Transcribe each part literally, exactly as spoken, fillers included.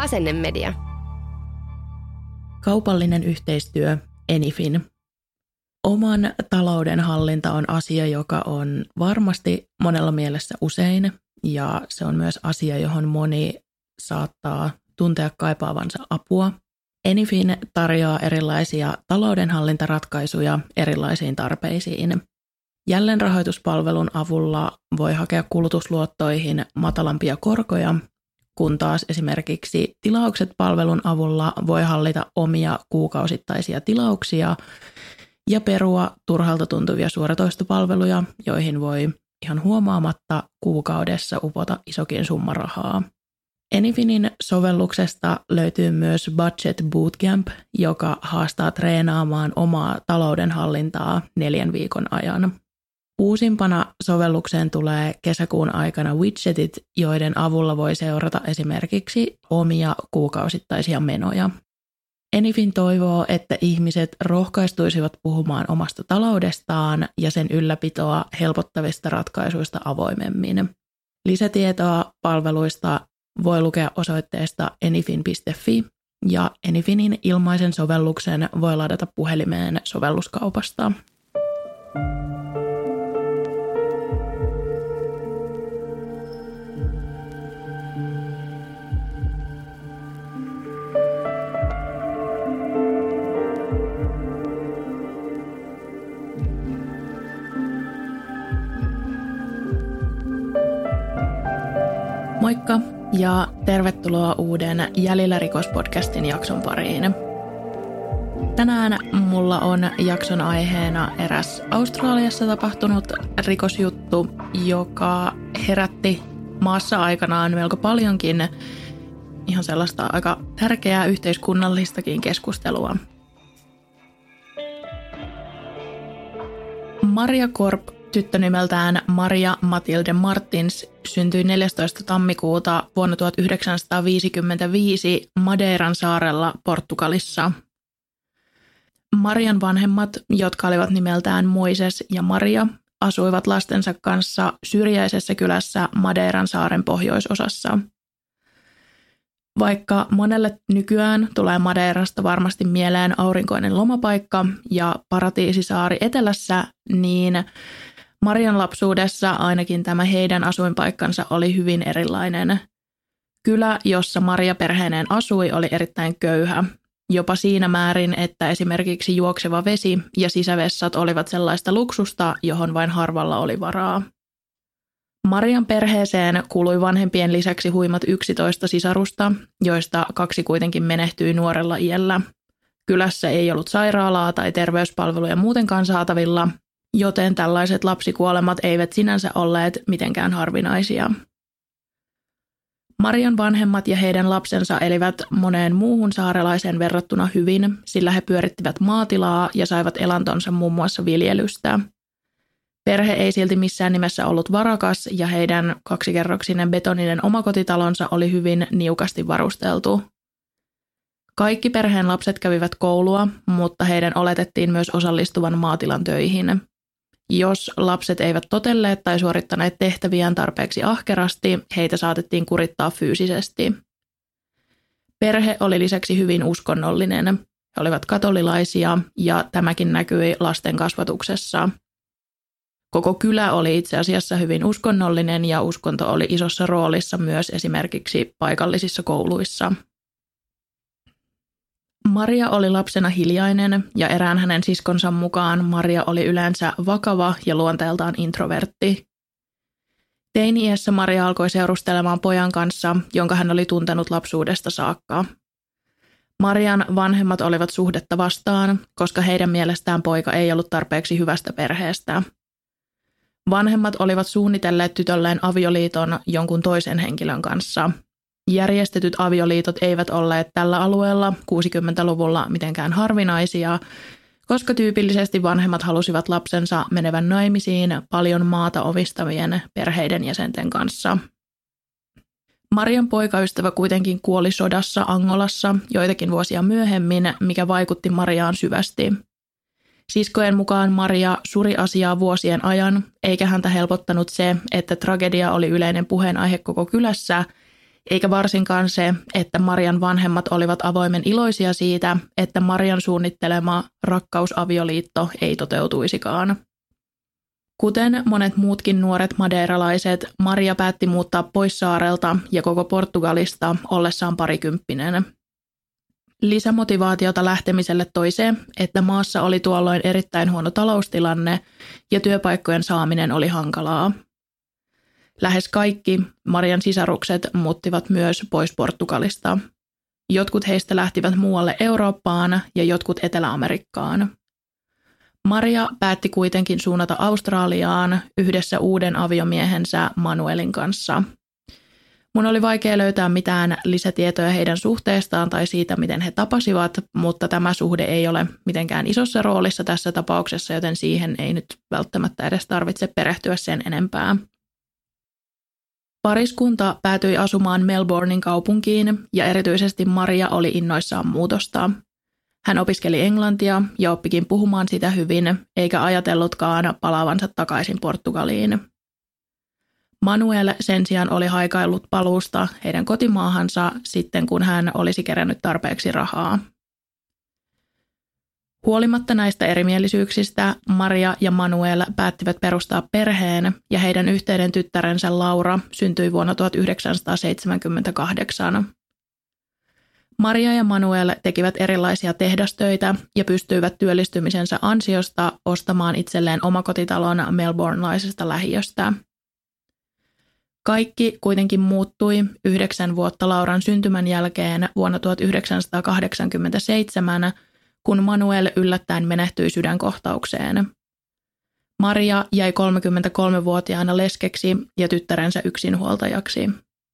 Asennemedia. Kaupallinen yhteistyö Anyfin. Oman talouden hallinta on asia, joka on varmasti monella mielessä usein, ja se on myös asia, johon moni saattaa tuntea kaipaavansa apua. Anyfin tarjoaa erilaisia taloudenhallintaratkaisuja erilaisiin tarpeisiin. Jälleenrahoituspalvelun avulla voi hakea kulutusluottoihin matalampia korkoja, kun taas esimerkiksi tilaukset palvelun avulla voi hallita omia kuukausittaisia tilauksia ja perua turhalta tuntuvia suoratoistopalveluja, joihin voi ihan huomaamatta kuukaudessa upota isokin summa rahaa. Anyfinin sovelluksesta löytyy myös Budget Bootcamp, joka haastaa treenaamaan omaa taloudenhallintaa neljän viikon ajan. Uusimpana sovellukseen tulee kesäkuun aikana widgetit, joiden avulla voi seurata esimerkiksi omia kuukausittaisia menoja. Anyfin toivoo, että ihmiset rohkaistuisivat puhumaan omasta taloudestaan ja sen ylläpitoa helpottavista ratkaisuista avoimemmin. Lisätietoa palveluista voi lukea osoitteesta anyfin piste fi ja Anyfinin ilmaisen sovelluksen voi ladata puhelimeen sovelluskaupasta. Moikka ja tervetuloa uuden Jäljellä rikospodcastin jakson pariin. Tänään mulla on jakson aiheena eräs Australiassa tapahtunut rikosjuttu, joka herätti maassa aikanaan melko paljonkin ihan sellaista aika tärkeää yhteiskunnallistakin keskustelua. Maria Korp, tyttö nimeltään Maria Matilde Martins, syntyi neljästoista tammikuuta vuonna tuhatyhdeksänsataaviisikymmentäviisi Madeiran saarella Portugalissa. Marian vanhemmat, jotka olivat nimeltään Moises ja Maria, asuivat lastensa kanssa syrjäisessä kylässä Madeiran saaren pohjoisosassa. Vaikka monelle nykyään tulee Madeirasta varmasti mieleen aurinkoinen lomapaikka ja paratiisisaari etelässä, niin Marian lapsuudessa ainakin tämä heidän asuinpaikkansa oli hyvin erilainen. Kylä, jossa Maria perheineen asui, oli erittäin köyhä. Jopa siinä määrin, että esimerkiksi juokseva vesi ja sisävessat olivat sellaista luksusta, johon vain harvalla oli varaa. Marian perheeseen kuului vanhempien lisäksi huimat yksitoista sisarusta, joista kaksi kuitenkin menehtyi nuorella iällä. Kylässä ei ollut sairaalaa tai terveyspalveluja muutenkaan saatavilla, joten tällaiset lapsikuolemat eivät sinänsä olleet mitenkään harvinaisia. Marian vanhemmat ja heidän lapsensa elivät moneen muuhun saarelaiseen verrattuna hyvin, sillä he pyörittivät maatilaa ja saivat elantonsa muun muassa viljelystä. Perhe ei silti missään nimessä ollut varakas ja heidän kaksikerroksinen betoninen omakotitalonsa oli hyvin niukasti varusteltu. Kaikki perheen lapset kävivät koulua, mutta heidän oletettiin myös osallistuvan maatilan töihin. Jos lapset eivät totelleet tai suorittaneet tehtäviään tarpeeksi ahkerasti, heitä saatettiin kurittaa fyysisesti. Perhe oli lisäksi hyvin uskonnollinen. He olivat katolilaisia ja tämäkin näkyi lasten kasvatuksessa. Koko kylä oli itse asiassa hyvin uskonnollinen ja uskonto oli isossa roolissa myös esimerkiksi paikallisissa kouluissa. Maria oli lapsena hiljainen ja erään hänen siskonsa mukaan Maria oli yleensä vakava ja luonteeltaan introvertti. Teini-iässä Maria alkoi seurustelemaan pojan kanssa, jonka hän oli tuntenut lapsuudesta saakka. Marian vanhemmat olivat suhdetta vastaan, koska heidän mielestään poika ei ollut tarpeeksi hyvästä perheestä. Vanhemmat olivat suunnitelleet tytölleen avioliiton jonkun toisen henkilön kanssa. Järjestetyt avioliitot eivät olleet tällä alueella kuusikymmentäluvulla mitenkään harvinaisia, koska tyypillisesti vanhemmat halusivat lapsensa menevän naimisiin paljon maata omistavien perheiden jäsenten kanssa. Marian poikaystävä kuitenkin kuoli sodassa Angolassa joitakin vuosia myöhemmin, mikä vaikutti Mariaan syvästi. Siskojen mukaan Maria suri asiaa vuosien ajan, eikä häntä helpottanut se, että tragedia oli yleinen puheenaihe koko kylässä, Eikä varsinkaan se, että Marian vanhemmat olivat avoimen iloisia siitä, että Marian suunnittelema rakkausavioliitto ei toteutuisikaan. Kuten monet muutkin nuoret madeiralaiset, Maria päätti muuttaa pois saarelta ja koko Portugalista ollessaan parikymppinen. Lisämotivaatiota lähtemiselle toi se, että maassa oli tuolloin erittäin huono taloustilanne ja työpaikkojen saaminen oli hankalaa. Lähes kaikki Marian sisarukset muuttivat myös pois Portugalista. Jotkut heistä lähtivät muualle Eurooppaan ja jotkut Etelä-Amerikkaan. Maria päätti kuitenkin suunnata Australiaan yhdessä uuden aviomiehensä Manuelin kanssa. Mun oli vaikea löytää mitään lisätietoja heidän suhteestaan tai siitä, miten he tapasivat, mutta tämä suhde ei ole mitenkään isossa roolissa tässä tapauksessa, joten siihen ei nyt välttämättä edes tarvitse perehtyä sen enempää. Pariskunta päätyi asumaan Melbournein kaupunkiin ja erityisesti Maria oli innoissaan muutosta. Hän opiskeli englantia ja oppikin puhumaan sitä hyvin, eikä ajatellutkaan palaavansa takaisin Portugaliin. Manuel sen sijaan oli haikaillut paluusta heidän kotimaahansa sitten, kun hän olisi kerännyt tarpeeksi rahaa. Huolimatta näistä erimielisyyksistä, Maria ja Manuel päättivät perustaa perheen ja heidän yhteinen tyttärensä Laura syntyi vuonna tuhatyhdeksänsataaseitsemänkymmentäkahdeksan. Maria ja Manuel tekivät erilaisia tehdastöitä ja pystyivät työllistymisensä ansiosta ostamaan itselleen omakotitalon melbournelaisesta lähiöstä. Kaikki kuitenkin muuttui yhdeksän vuotta Lauran syntymän jälkeen vuonna tuhatyhdeksänsataakahdeksankymmentäseitsemän, kun Manuel yllättäen menehtyi sydänkohtaukseen. Maria jäi kolmekymmentäkolmevuotiaana leskeksi ja tyttärensä yksinhuoltajaksi.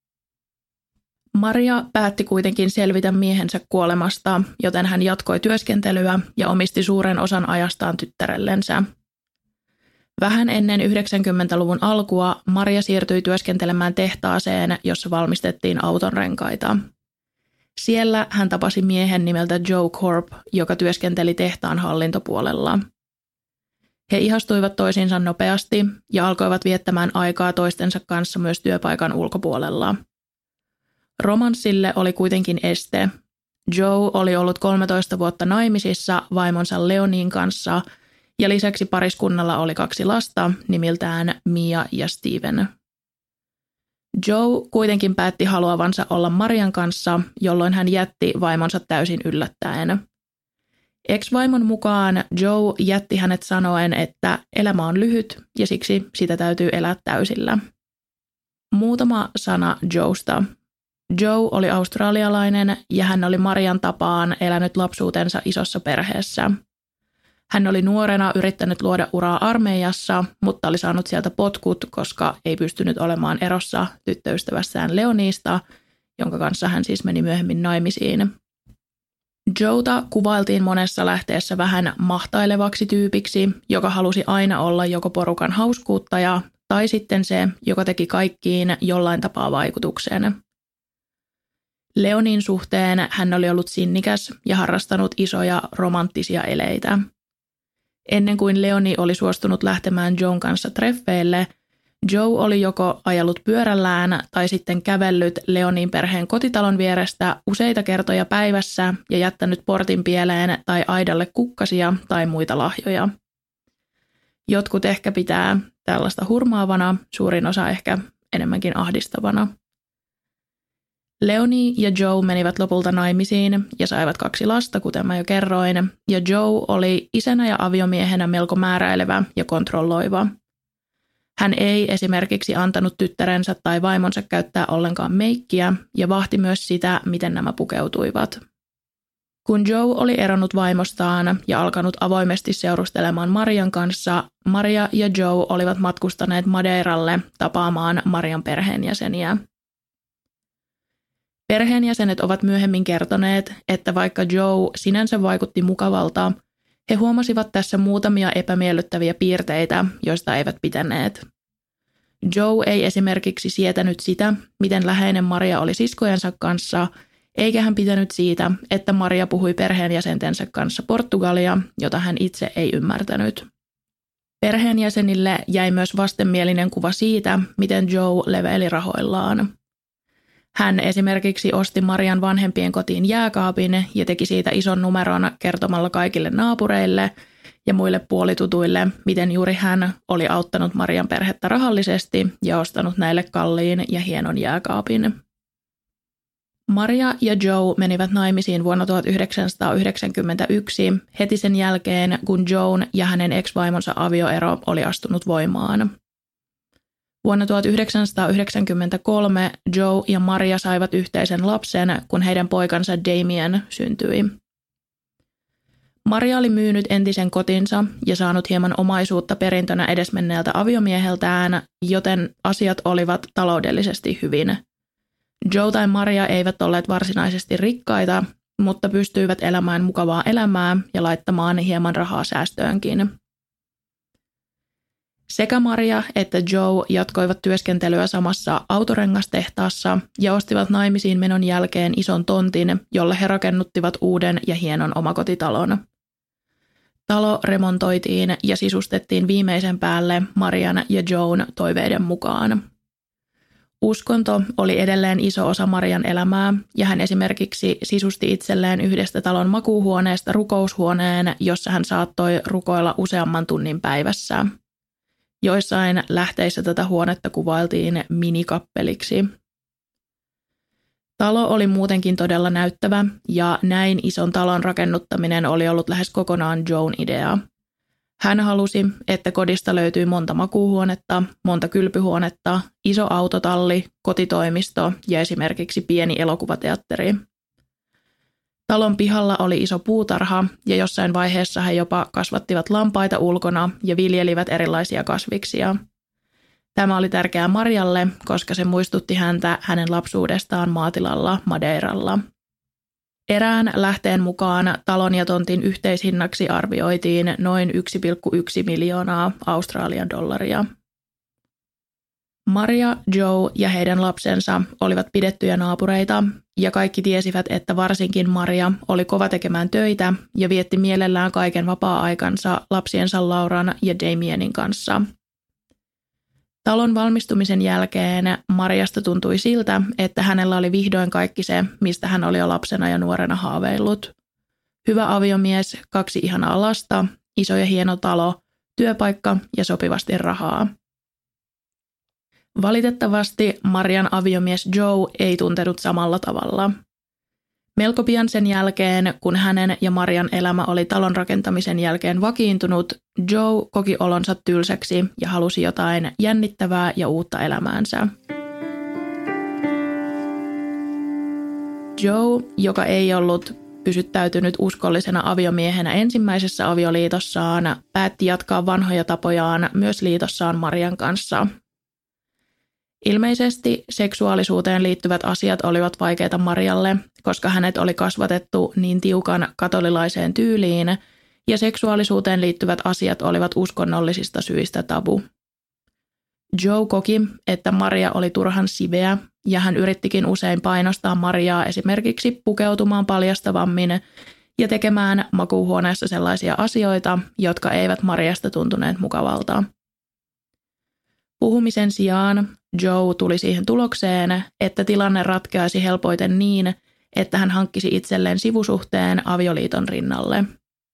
Maria päätti kuitenkin selvitä miehensä kuolemasta, joten hän jatkoi työskentelyä ja omisti suuren osan ajastaan tyttärellensä. Vähän ennen yhdeksänkymmentäluvun alkua Maria siirtyi työskentelemään tehtaaseen, jossa valmistettiin autonrenkaita. Siellä hän tapasi miehen nimeltä Joe Corp, joka työskenteli tehtaan hallintopuolella. He ihastuivat toisiinsa nopeasti ja alkoivat viettämään aikaa toistensa kanssa myös työpaikan ulkopuolella. Romanssille oli kuitenkin este. Joe oli ollut kolmetoista vuotta naimisissa vaimonsa Leonin kanssa ja lisäksi pariskunnalla oli kaksi lasta nimiltään Mia ja Steven. Joe kuitenkin päätti haluavansa olla Marian kanssa, jolloin hän jätti vaimonsa täysin yllättäen. Ex-vaimon mukaan Joe jätti hänet sanoen, että elämä on lyhyt ja siksi sitä täytyy elää täysillä. Muutama sana Joesta. Joe oli australialainen ja hän oli Marian tapaan elänyt lapsuutensa isossa perheessä. Hän oli nuorena yrittänyt luoda uraa armeijassa, mutta oli saanut sieltä potkut, koska ei pystynyt olemaan erossa tyttöystävässään Leonista, jonka kanssa hän siis meni myöhemmin naimisiin. Joeta kuvailtiin monessa lähteessä vähän mahtailevaksi tyypiksi, joka halusi aina olla joko porukan hauskuuttaja tai sitten se, joka teki kaikkiin jollain tapaa vaikutuksen. Leonin suhteen hän oli ollut sinnikäs ja harrastanut isoja romanttisia eleitä. Ennen kuin Leoni oli suostunut lähtemään Joen kanssa treffeille, Joe oli joko ajellut pyörällään tai sitten kävellyt Leonin perheen kotitalon vierestä useita kertoja päivässä ja jättänyt portin pieleen tai aidalle kukkasia tai muita lahjoja. Jotkut ehkä pitää tällaista hurmaavana, suurin osa ehkä enemmänkin ahdistavana. Leonie ja Joe menivät lopulta naimisiin ja saivat kaksi lasta, kuten mä jo kerroin, ja Joe oli isänä ja aviomiehenä melko määräilevä ja kontrolloiva. Hän ei esimerkiksi antanut tyttärensä tai vaimonsa käyttää ollenkaan meikkiä ja vahti myös sitä, miten nämä pukeutuivat. Kun Joe oli eronnut vaimostaan ja alkanut avoimesti seurustelemaan Marian kanssa, Maria ja Joe olivat matkustaneet Madeiralle tapaamaan Marian perheenjäseniä. Perheenjäsenet ovat myöhemmin kertoneet, että vaikka Joe sinänsä vaikutti mukavalta, he huomasivat tässä muutamia epämiellyttäviä piirteitä, joista eivät pitäneet. Joe ei esimerkiksi sietänyt sitä, miten läheinen Maria oli siskojensa kanssa, eikä hän pitänyt siitä, että Maria puhui perheenjäsentensä kanssa portugalia, jota hän itse ei ymmärtänyt. Perheenjäsenille jäi myös vastenmielinen kuva siitä, miten Joe leveili rahoillaan. Hän esimerkiksi osti Marian vanhempien kotiin jääkaapin ja teki siitä ison numeron kertomalla kaikille naapureille ja muille puolitutuille, miten juuri hän oli auttanut Marian perhettä rahallisesti ja ostanut näille kalliin ja hienon jääkaapin. Maria ja Joe menivät naimisiin vuonna tuhatyhdeksänsataayhdeksänkymmentäyksi heti sen jälkeen, kun Joan ja hänen ex-vaimonsa avioero oli astunut voimaan. Vuonna tuhatyhdeksänsataayhdeksänkymmentäkolme Joe ja Maria saivat yhteisen lapsen, kun heidän poikansa Damien syntyi. Maria oli myynyt entisen kotinsa ja saanut hieman omaisuutta perintönä edesmenneeltä aviomieheltään, joten asiat olivat taloudellisesti hyvin. Joe tai Maria eivät olleet varsinaisesti rikkaita, mutta pystyivät elämään mukavaa elämää ja laittamaan hieman rahaa säästöönkin. Sekä Maria että Joe jatkoivat työskentelyä samassa autorengastehtaassa ja ostivat naimisiin menon jälkeen ison tontin, jolle he rakennuttivat uuden ja hienon omakotitalon. Talo remontoitiin ja sisustettiin viimeisen päälle Marian ja Joan toiveiden mukaan. Uskonto oli edelleen iso osa Marian elämää ja hän esimerkiksi sisusti itselleen yhdestä talon makuuhuoneesta rukoushuoneen, jossa hän saattoi rukoilla useamman tunnin päivässä. Joissain lähteissä tätä huonetta kuvailtiin minikappeliksi. Talo oli muutenkin todella näyttävä ja näin ison talon rakennuttaminen oli ollut lähes kokonaan Joan idea. Hän halusi, että kodista löytyi monta makuuhuonetta, monta kylpyhuonetta, iso autotalli, kotitoimisto ja esimerkiksi pieni elokuvateatteri. Talon pihalla oli iso puutarha ja jossain vaiheessa he jopa kasvattivat lampaita ulkona ja viljelivät erilaisia kasviksia. Tämä oli tärkeää Marialle, koska se muistutti häntä hänen lapsuudestaan maatilalla Madeiralla. Erään lähteen mukaan talon ja tontin yhteishinnaksi arvioitiin noin yksi pilkku yksi miljoonaa Australian dollaria. Maria, Joe ja heidän lapsensa olivat pidettyjä naapureita ja kaikki tiesivät, että varsinkin Maria oli kova tekemään töitä ja vietti mielellään kaiken vapaa-aikansa lapsiensa Lauran ja Damienin kanssa. Talon valmistumisen jälkeen Mariasta tuntui siltä, että hänellä oli vihdoin kaikki se, mistä hän oli jo lapsena ja nuorena haaveillut. Hyvä aviomies, kaksi ihanaa lasta, iso ja hieno talo, työpaikka ja sopivasti rahaa. Valitettavasti Marian aviomies Joe ei tuntenut samalla tavalla. Melko pian sen jälkeen, kun hänen ja Marian elämä oli talon rakentamisen jälkeen vakiintunut, Joe koki olonsa tylsäksi ja halusi jotain jännittävää ja uutta elämäänsä. Joe, joka ei ollut pysyttäytynyt uskollisena aviomiehenä ensimmäisessä avioliitossaan, päätti jatkaa vanhoja tapojaan myös liitossaan Marian kanssa. Ilmeisesti seksuaalisuuteen liittyvät asiat olivat vaikeita Marialle, koska hänet oli kasvatettu niin tiukan katolilaiseen tyyliin, ja seksuaalisuuteen liittyvät asiat olivat uskonnollisista syistä tabu. Joe koki, että Maria oli turhan siveä, ja hän yrittikin usein painostaa Mariaa esimerkiksi pukeutumaan paljastavammin ja tekemään makuuhuoneessa sellaisia asioita, jotka eivät Mariasta tuntuneet mukavalta. Puhumisen sijaan Joe tuli siihen tulokseen, että tilanne ratkeaisi helpoiten niin, että hän hankkisi itselleen sivusuhteen avioliiton rinnalle.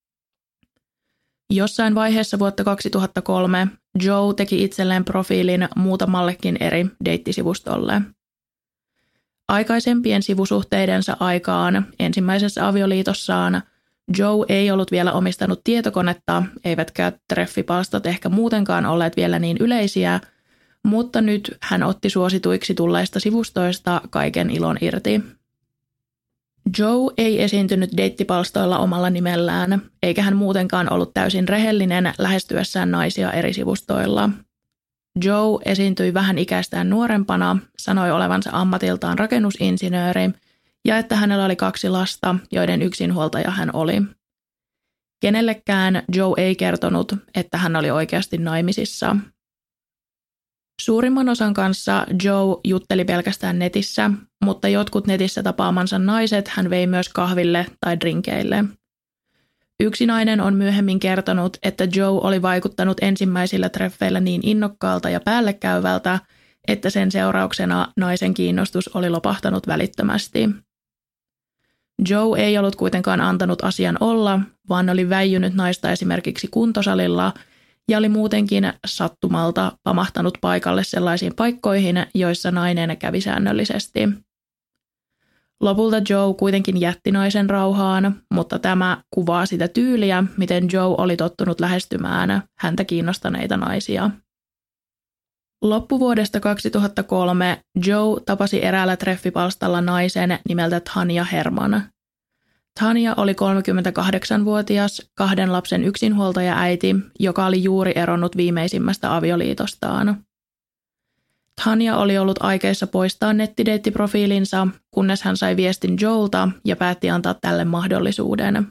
Jossain vaiheessa vuotta kaksituhattakolme Joe teki itselleen profiilin muutamallekin eri deittisivustolle. Aikaisempien sivusuhteidensa aikaan ensimmäisessä avioliitossaan Joe ei ollut vielä omistanut tietokonetta, eivätkä treffipalstat ehkä muutenkaan olleet vielä niin yleisiä, mutta nyt hän otti suosituiksi tulleista sivustoista kaiken ilon irti. Joe ei esiintynyt deittipalstoilla omalla nimellään, eikä hän muutenkaan ollut täysin rehellinen lähestyessään naisia eri sivustoilla. Joe esiintyi vähän ikäistään nuorempana, sanoi olevansa ammatiltaan rakennusinsinööri ja että hänellä oli kaksi lasta, joiden yksinhuoltaja hän oli. Kenellekään Joe ei kertonut, että hän oli oikeasti naimisissa. Suurimman osan kanssa Joe jutteli pelkästään netissä, mutta jotkut netissä tapaamansa naiset hän vei myös kahville tai drinkeille. Yksi nainen on myöhemmin kertonut, että Joe oli vaikuttanut ensimmäisillä treffeillä niin innokkaalta ja päällekäyvältä, että sen seurauksena naisen kiinnostus oli lopahtanut välittömästi. Joe ei ollut kuitenkaan antanut asian olla, vaan oli väijynyt naista esimerkiksi kuntosalilla ja oli muutenkin sattumalta pamahtanut paikalle sellaisiin paikkoihin, joissa nainen kävi säännöllisesti. Lopulta Joe kuitenkin jätti naisen rauhaan, mutta tämä kuvaa sitä tyyliä, miten Joe oli tottunut lähestymään häntä kiinnostaneita naisia. Loppuvuodesta kaksituhattakolme Joe tapasi eräällä treffipalstalla naisen nimeltä Tanya Herman. Tanya oli kolmekymmentäkahdeksanvuotias, kahden lapsen yksinhuoltaja-äiti, joka oli juuri eronnut viimeisimmästä avioliitostaan. Tanya oli ollut aikeissa poistaa nettideittiprofiilinsa, kunnes hän sai viestin Joelta ja päätti antaa tälle mahdollisuuden.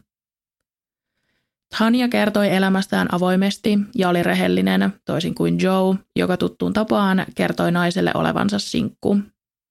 Tanya kertoi elämästään avoimesti ja oli rehellinen, toisin kuin Joe, joka tuttuun tapaan kertoi naiselle olevansa sinkku.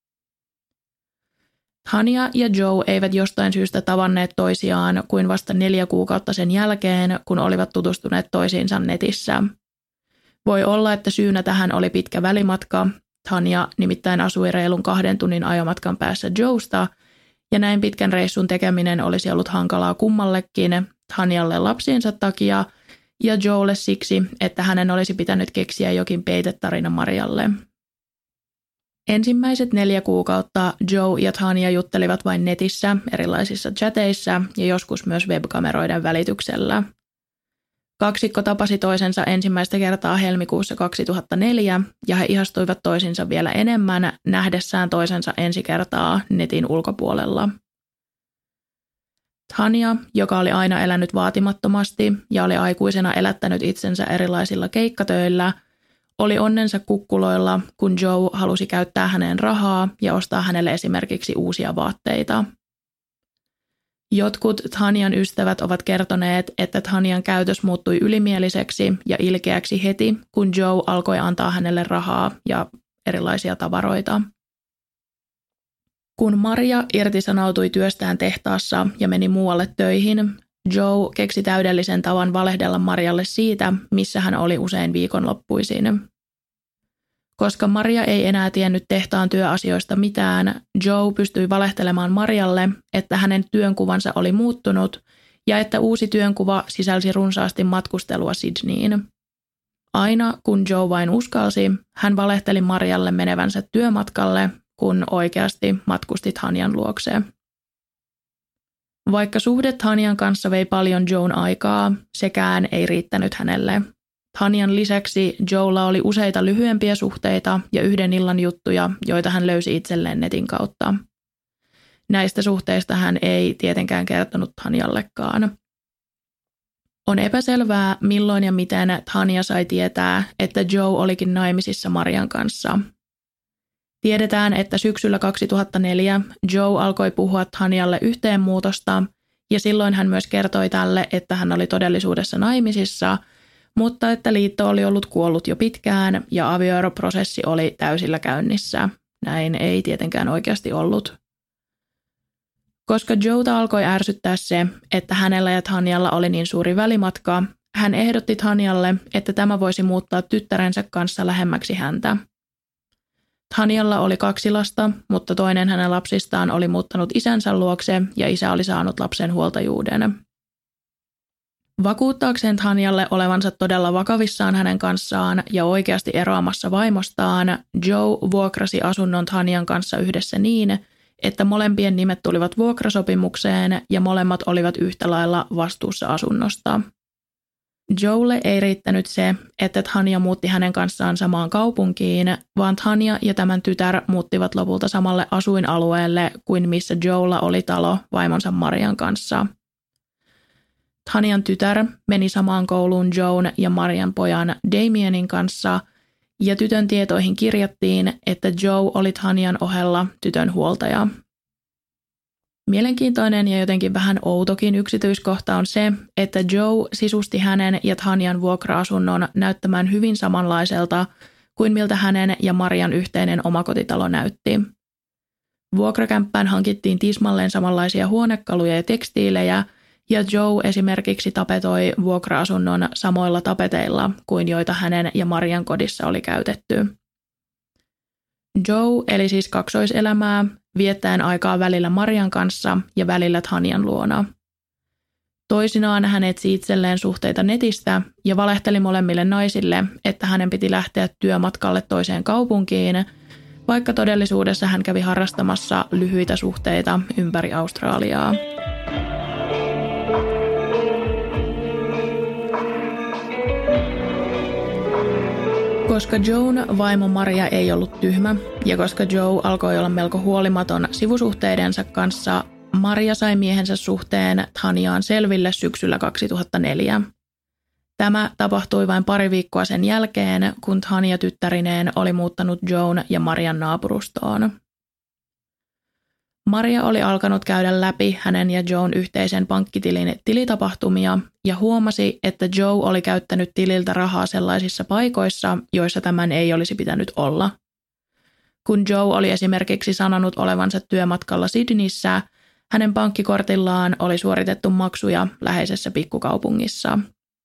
Tanya ja Joe eivät jostain syystä tavanneet toisiaan kuin vasta neljä kuukautta sen jälkeen, kun olivat tutustuneet toisiinsa netissä. Voi olla, että syynä tähän oli pitkä välimatka. Tanya nimittäin asui reilun kahden tunnin ajomatkan päässä Joesta, ja näin pitkän reissun tekeminen olisi ollut hankalaa kummallekin, Tanyalle lapsiensa takia ja Joelle siksi, että hänen olisi pitänyt keksiä jokin peitetarina Marialle. Ensimmäiset neljä kuukautta Joe ja Tanya juttelivat vain netissä, erilaisissa chateissa ja joskus myös webkameroiden välityksellä. Kaksikko tapasi toisensa ensimmäistä kertaa helmikuussa kaksituhattaneljä ja he ihastuivat toisinsa vielä enemmän nähdessään toisensa ensi kertaa netin ulkopuolella. Tanya, joka oli aina elänyt vaatimattomasti ja oli aikuisena elättänyt itsensä erilaisilla keikkatöillä, oli onnensa kukkuloilla, kun Joe halusi käyttää häneen rahaa ja ostaa hänelle esimerkiksi uusia vaatteita. Jotkut Tanyan ystävät ovat kertoneet, että Tanyan käytös muuttui ylimieliseksi ja ilkeäksi heti, kun Joe alkoi antaa hänelle rahaa ja erilaisia tavaroita. Kun Maria irtisanoutui työstään tehtaassa ja meni muualle töihin, Joe keksi täydellisen tavan valehdella Marialle siitä, missä hän oli usein viikonloppuisin. Koska Maria ei enää tiennyt tehtaan työasioista mitään, Joe pystyi valehtelemaan Marialle, että hänen työnkuvansa oli muuttunut ja että uusi työnkuva sisälsi runsaasti matkustelua Sydneyin. Aina kun Joe vain uskalsi, hän valehteli Marialle menevänsä työmatkalle, kun oikeasti matkusti Tanyan luokseen. Vaikka suhde Tanyan kanssa vei paljon Joen aikaa, sekään ei riittänyt hänelle. Tanyan lisäksi Joella oli useita lyhyempiä suhteita ja yhden illan juttuja, joita hän löysi itselleen netin kautta. Näistä suhteista hän ei tietenkään kertonut Tanyallekaan. On epäselvää, milloin ja miten Tanya sai tietää, että Joe olikin naimisissa Marian kanssa. Tiedetään, että syksyllä kaksituhattaneljä Joe alkoi puhua Tanyalle yhteenmuutosta ja silloin hän myös kertoi tälle, että hän oli todellisuudessa naimisissa, mutta että liitto oli ollut kuollut jo pitkään ja avioeroprosessi oli täysillä käynnissä. Näin ei tietenkään oikeasti ollut. Koska Joeta alkoi ärsyttää se, että hänellä ja Tanyalla oli niin suuri välimatka, hän ehdotti Tanyalle, että tämä voisi muuttaa tyttärensä kanssa lähemmäksi häntä. Tanyalla oli kaksi lasta, mutta toinen hänen lapsistaan oli muuttanut isänsä luokse ja isä oli saanut lapsen huoltajuuden. Vakuuttaakseen Tanyalle olevansa todella vakavissaan hänen kanssaan ja oikeasti eroamassa vaimostaan, Joe vuokrasi asunnon Tanyan kanssa yhdessä niin, että molempien nimet tulivat vuokrasopimukseen ja molemmat olivat yhtä lailla vastuussa asunnosta. Joelle ei riittänyt se, että Tanya muutti hänen kanssaan samaan kaupunkiin, vaan Tanya ja tämän tytär muuttivat lopulta samalle asuinalueelle kuin missä Joella oli talo vaimonsa Marian kanssa. Tanyan tytär meni samaan kouluun Joen ja Marian pojan Damienin kanssa, ja tytön tietoihin kirjattiin, että Joe oli Tanyan ohella tytön huoltaja. Mielenkiintoinen ja jotenkin vähän outokin yksityiskohta on se, että Joe sisusti hänen ja Tanyan vuokra-asunnon näyttämään hyvin samanlaiselta kuin miltä hänen ja Marian yhteinen omakotitalo näytti. Vuokrakämppään hankittiin tismalleen samanlaisia huonekaluja ja tekstiilejä, ja Joe esimerkiksi tapetoi vuokra-asunnon samoilla tapeteilla kuin joita hänen ja Marian kodissa oli käytetty. Joe eli siis kaksoiselämää, viettäen aikaa välillä Marian kanssa ja välillä Tanyan luona. Toisinaan hän etsi itselleen suhteita netistä ja valehteli molemmille naisille, että hänen piti lähteä työmatkalle toiseen kaupunkiin, vaikka todellisuudessa hän kävi harrastamassa lyhyitä suhteita ympäri Australiaa. Koska Joan vaimo Maria ei ollut tyhmä ja koska Joe alkoi olla melko huolimaton sivusuhteidensa kanssa, Maria sai miehensä suhteen Tanyaan selville syksyllä kaksituhattaneljä. Tämä tapahtui vain pari viikkoa sen jälkeen, kun Tanya tyttärineen oli muuttanut Joan ja Marian naapurustoon. Maria oli alkanut käydä läpi hänen ja Joan yhteisen pankkitilin tilitapahtumia ja huomasi, että Joe oli käyttänyt tililtä rahaa sellaisissa paikoissa, joissa tämän ei olisi pitänyt olla. Kun Joe oli esimerkiksi sanonut olevansa työmatkalla Sydneyssä, hänen pankkikortillaan oli suoritettu maksuja läheisessä pikkukaupungissa.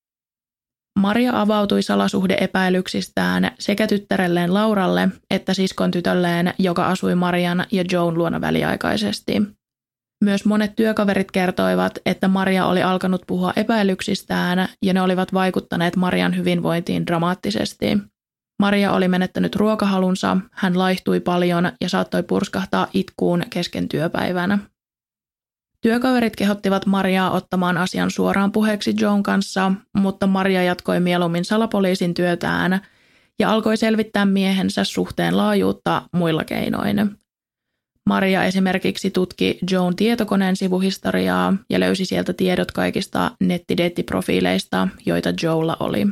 Maria avautui salasuhde-epäilyksistään sekä tyttärelleen Lauralle että siskon tytölleen, joka asui Marian ja Joan luona väliaikaisesti. Myös monet työkaverit kertoivat, että Maria oli alkanut puhua epäilyksistään ja ne olivat vaikuttaneet Marian hyvinvointiin dramaattisesti. Maria oli menettänyt ruokahalunsa, hän laihtui paljon ja saattoi purskahtaa itkuun kesken työpäivänä. Työkaverit kehottivat Mariaa ottamaan asian suoraan puheeksi Joan kanssa, mutta Maria jatkoi mieluummin salapoliisin työtään ja alkoi selvittää miehensä suhteen laajuutta muilla keinoin. Maria esimerkiksi tutki Joan tietokoneen sivuhistoriaa ja löysi sieltä tiedot kaikista nettideittiprofiileista, joita Joella oli.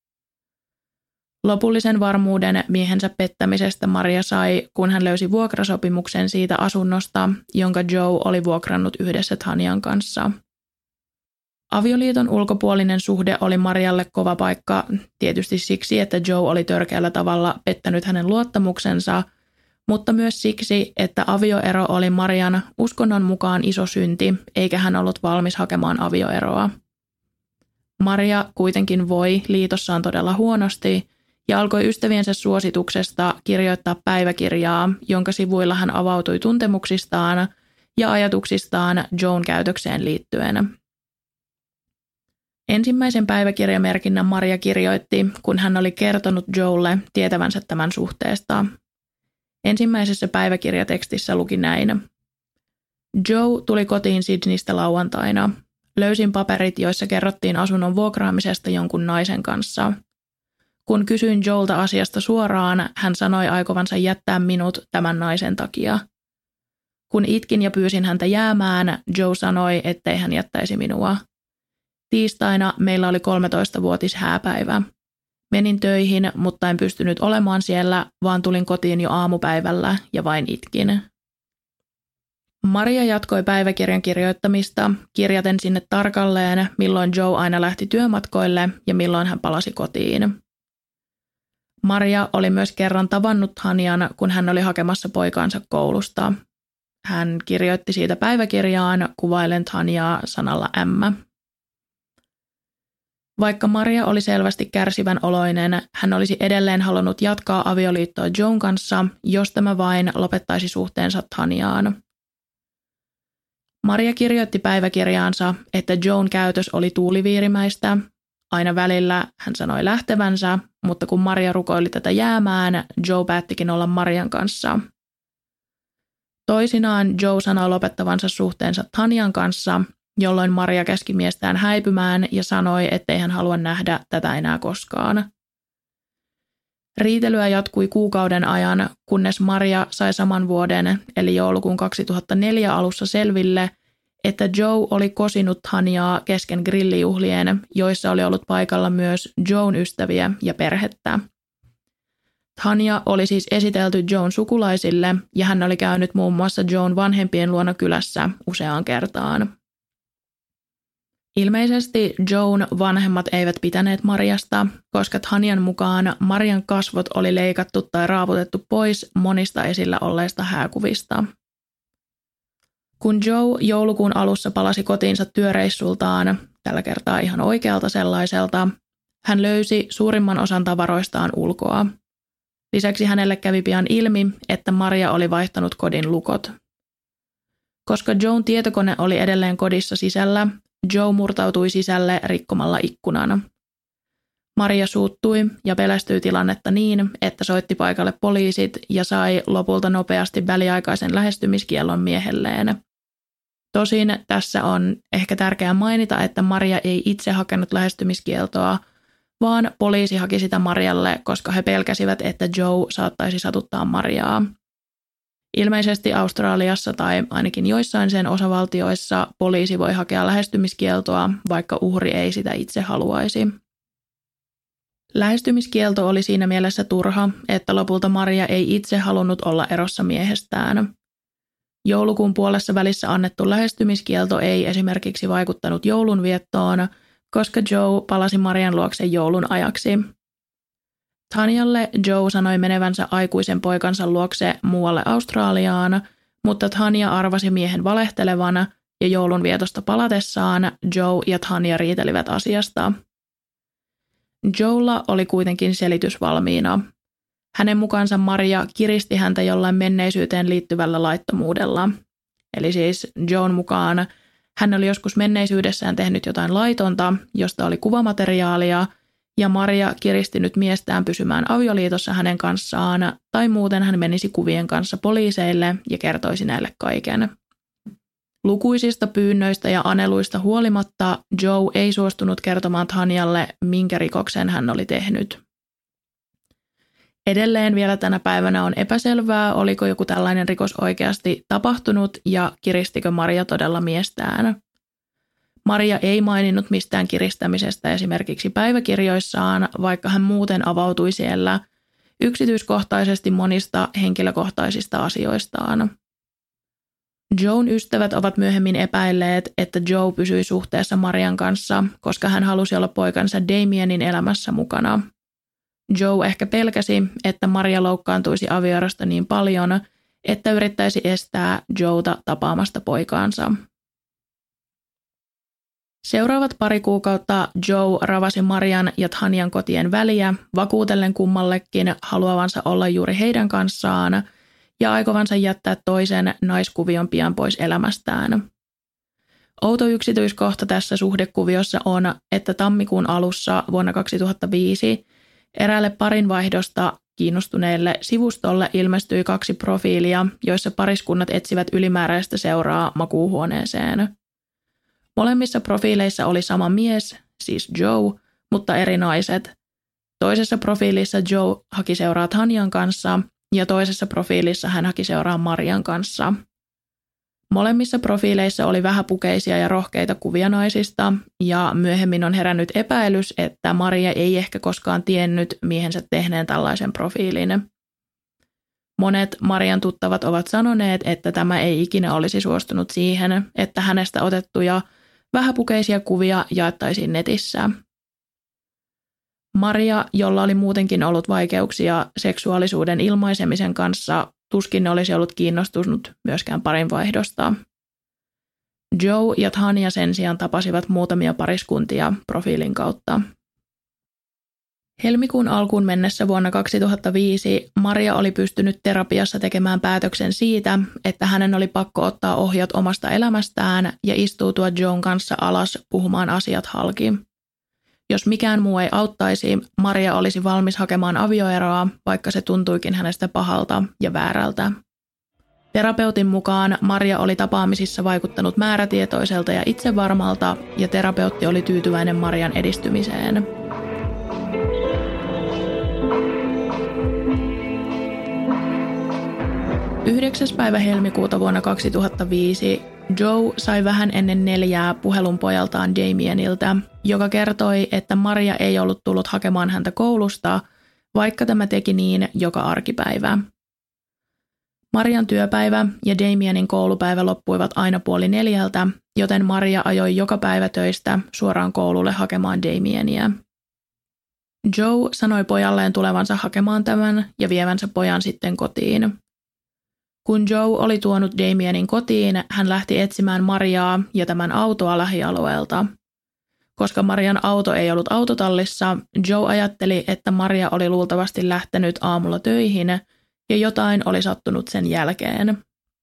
Lopullisen varmuuden miehensä pettämisestä Maria sai, kun hän löysi vuokrasopimuksen siitä asunnosta, jonka Joe oli vuokrannut yhdessä Tanyan kanssa. Avioliiton ulkopuolinen suhde oli Marialle kova paikka, tietysti siksi, että Joe oli törkeällä tavalla pettänyt hänen luottamuksensa, mutta myös siksi, että avioero oli Marian uskonnon mukaan iso synti, eikä hän ollut valmis hakemaan avioeroa. Maria kuitenkin voi liitossaan todella huonosti, ja alkoi ystäviensä suosituksesta kirjoittaa päiväkirjaa, jonka sivuilla hän avautui tuntemuksistaan ja ajatuksistaan Joan käytökseen liittyen. Ensimmäisen päiväkirjamerkinnän Maria kirjoitti, kun hän oli kertonut Joelle tietävänsä tämän suhteesta. Ensimmäisessä päiväkirjatekstissä luki näin. Joe tuli kotiin Sydneystä lauantaina. Löysin paperit, joissa kerrottiin asunnon vuokraamisesta jonkun naisen kanssa. Kun kysyin Joelta asiasta suoraan, hän sanoi aikovansa jättää minut tämän naisen takia. Kun itkin ja pyysin häntä jäämään, Joe sanoi, ettei hän jättäisi minua. Tiistaina meillä oli kolmetoistavuotis hääpäivä. Menin töihin, mutta en pystynyt olemaan siellä, vaan tulin kotiin jo aamupäivällä ja vain itkin. Maria jatkoi päiväkirjan kirjoittamista, kirjaten sinne tarkalleen, milloin Joe aina lähti työmatkoille ja milloin hän palasi kotiin. Maria oli myös kerran tavannut Tanyan, kun hän oli hakemassa poikaansa koulusta. Hän kirjoitti siitä päiväkirjaan kuvaillen Tanyaa sanalla ämmä. Vaikka Maria oli selvästi kärsivän oloinen, hän olisi edelleen halunnut jatkaa avioliittoa Joan kanssa, jos tämä vain lopettaisi suhteensa Tanyaan. Maria kirjoitti päiväkirjaansa, että Joan käytös oli tuuliviirimäistä. Aina välillä hän sanoi lähtevänsä, mutta kun Maria rukoili tätä jäämään, Joe päättikin olla Marian kanssa. Toisinaan Joe sanoi lopettavansa suhteensa Tanyan kanssa, jolloin Maria käski miestään häipymään ja sanoi, ettei hän halua nähdä tätä enää koskaan. Riitelyä jatkui kuukauden ajan, kunnes Maria sai saman vuoden, eli joulukuun kaksituhattaneljä alussa selville, että Joe oli kosinut Tanyaa kesken grillijuhlien, joissa oli ollut paikalla myös Joan ystäviä ja perhettä. Tanya oli siis esitelty Joan sukulaisille ja hän oli käynyt muun muassa Joan vanhempien luona kylässä useaan kertaan. Ilmeisesti Joan vanhemmat eivät pitäneet Mariasta, koska Tanyan mukaan Marian kasvot oli leikattu tai raaputettu pois monista esillä olleista hääkuvista. Kun Joe joulukuun alussa palasi kotiinsa työreissultaan, tällä kertaa ihan oikealta sellaiselta, hän löysi suurimman osan tavaroistaan ulkoa. Lisäksi hänelle kävi pian ilmi, että Maria oli vaihtanut kodin lukot. Koska Joen tietokone oli edelleen kodissa sisällä, Joe murtautui sisälle rikkomalla ikkunan. Maria suuttui ja pelästyi tilannetta niin, että soitti paikalle poliisit ja sai lopulta nopeasti väliaikaisen lähestymiskiellon miehelleen. Tosin tässä on ehkä tärkeää mainita, että Maria ei itse hakenut lähestymiskieltoa, vaan poliisi haki sitä Marialle, koska he pelkäsivät, että Joe saattaisi satuttaa Mariaa. Ilmeisesti Australiassa tai ainakin joissain sen osavaltioissa poliisi voi hakea lähestymiskieltoa, vaikka uhri ei sitä itse haluaisi. Lähestymiskielto oli siinä mielessä turha, että lopulta Maria ei itse halunnut olla erossa miehestään. Joulukuun puolessa välissä annettu lähestymiskielto ei esimerkiksi vaikuttanut joulunviettoon, koska Joe palasi Marian luokse joulun ajaksi. Tanyalle Joe sanoi menevänsä aikuisen poikansa luokse muualle Australiaan, mutta Tanya arvasi miehen valehtelevan ja joulunvietosta palatessaan Joe ja Tanya riitelivät asiasta. Joella oli kuitenkin selitys valmiina. Hänen mukaansa Maria kiristi häntä jollain menneisyyteen liittyvällä laittomuudella. Eli siis Joen mukaan hän oli joskus menneisyydessään tehnyt jotain laitonta, josta oli kuvamateriaalia, ja Maria kiristi nyt miestään pysymään avioliitossa hänen kanssaan, tai muuten hän menisi kuvien kanssa poliiseille ja kertoisi näille kaiken. Lukuisista pyynnöistä ja aneluista huolimatta Joe ei suostunut kertomaan Tanyalle, minkä rikoksen hän oli tehnyt. Edelleen vielä tänä päivänä on epäselvää, oliko joku tällainen rikos oikeasti tapahtunut ja kiristikö Maria todella miestään. Maria ei maininnut mistään kiristämisestä esimerkiksi päiväkirjoissaan, vaikka hän muuten avautui siellä yksityiskohtaisesti monista henkilökohtaisista asioistaan. Joen ystävät ovat myöhemmin epäilleet, että Joe pysyi suhteessa Marian kanssa, koska hän halusi olla poikansa Damienin elämässä mukana. Joe ehkä pelkäsi, että Maria loukkaantuisi avioerosta niin paljon, että yrittäisi estää Joeta tapaamasta poikaansa. Seuraavat pari kuukautta Joe ravasi Marian ja Tanyan kotien väliä, vakuutellen kummallekin haluavansa olla juuri heidän kanssaan ja aikovansa jättää toisen naiskuvion pian pois elämästään. Outo yksityiskohta tässä suhdekuviossa on, että tammikuun alussa vuonna kaksituhattaviisi eräälle parinvaihdosta kiinnostuneelle sivustolle ilmestyi kaksi profiilia, joissa pariskunnat etsivät ylimääräistä seuraa makuuhuoneeseen. Molemmissa profiileissa oli sama mies, siis Joe, mutta eri naiset. Toisessa profiilissa Joe haki seuraa Tanyan kanssa ja toisessa profiilissa hän haki seuraa Marian kanssa. Molemmissa profiileissa oli vähäpukeisia ja rohkeita kuvia naisista ja myöhemmin on herännyt epäilys, että Maria ei ehkä koskaan tiennyt miehensä tehneen tällaisen profiilin. Monet Marian tuttavat ovat sanoneet, että tämä ei ikinä olisi suostunut siihen, että hänestä otettuja vähäpukeisia kuvia jaettaisiin netissä. Maria, jolla oli muutenkin ollut vaikeuksia seksuaalisuuden ilmaisemisen kanssa, tuskin olisi ollut kiinnostunut myöskään parinvaihdosta. Joe ja Tanya sen sijaan tapasivat muutamia pariskuntia profiilin kautta. Helmikuun alkuun mennessä vuonna kaksituhattaviisi Maria oli pystynyt terapiassa tekemään päätöksen siitä, että hänen oli pakko ottaa ohjat omasta elämästään ja istuutua Joen kanssa alas puhumaan asiat halki. Jos mikään muu ei auttaisi, Maria olisi valmis hakemaan avioeroa, vaikka se tuntuikin hänestä pahalta ja väärältä. Terapeutin mukaan Maria oli tapaamisissa vaikuttanut määrätietoiselta ja itsevarmalta, ja terapeutti oli tyytyväinen Marian edistymiseen. yhdeksäs päivä helmikuuta vuonna kaksituhattaviisi Joe sai vähän ennen neljää puhelun pojaltaan Damieniltä, joka kertoi, että Maria ei ollut tullut hakemaan häntä koulusta, vaikka tämä teki niin joka arkipäivä. Marian työpäivä ja Damienin koulupäivä loppuivat aina puoli neljältä, joten Maria ajoi joka päivä töistä suoraan koululle hakemaan Damienia. Joe sanoi pojalleen tulevansa hakemaan tämän ja vievänsä pojan sitten kotiin. Kun Joe oli tuonut Damienin kotiin, hän lähti etsimään Mariaa ja tämän autoa lähialueelta. Koska Marian auto ei ollut autotallissa, Joe ajatteli, että Maria oli luultavasti lähtenyt aamulla töihin ja jotain oli sattunut sen jälkeen.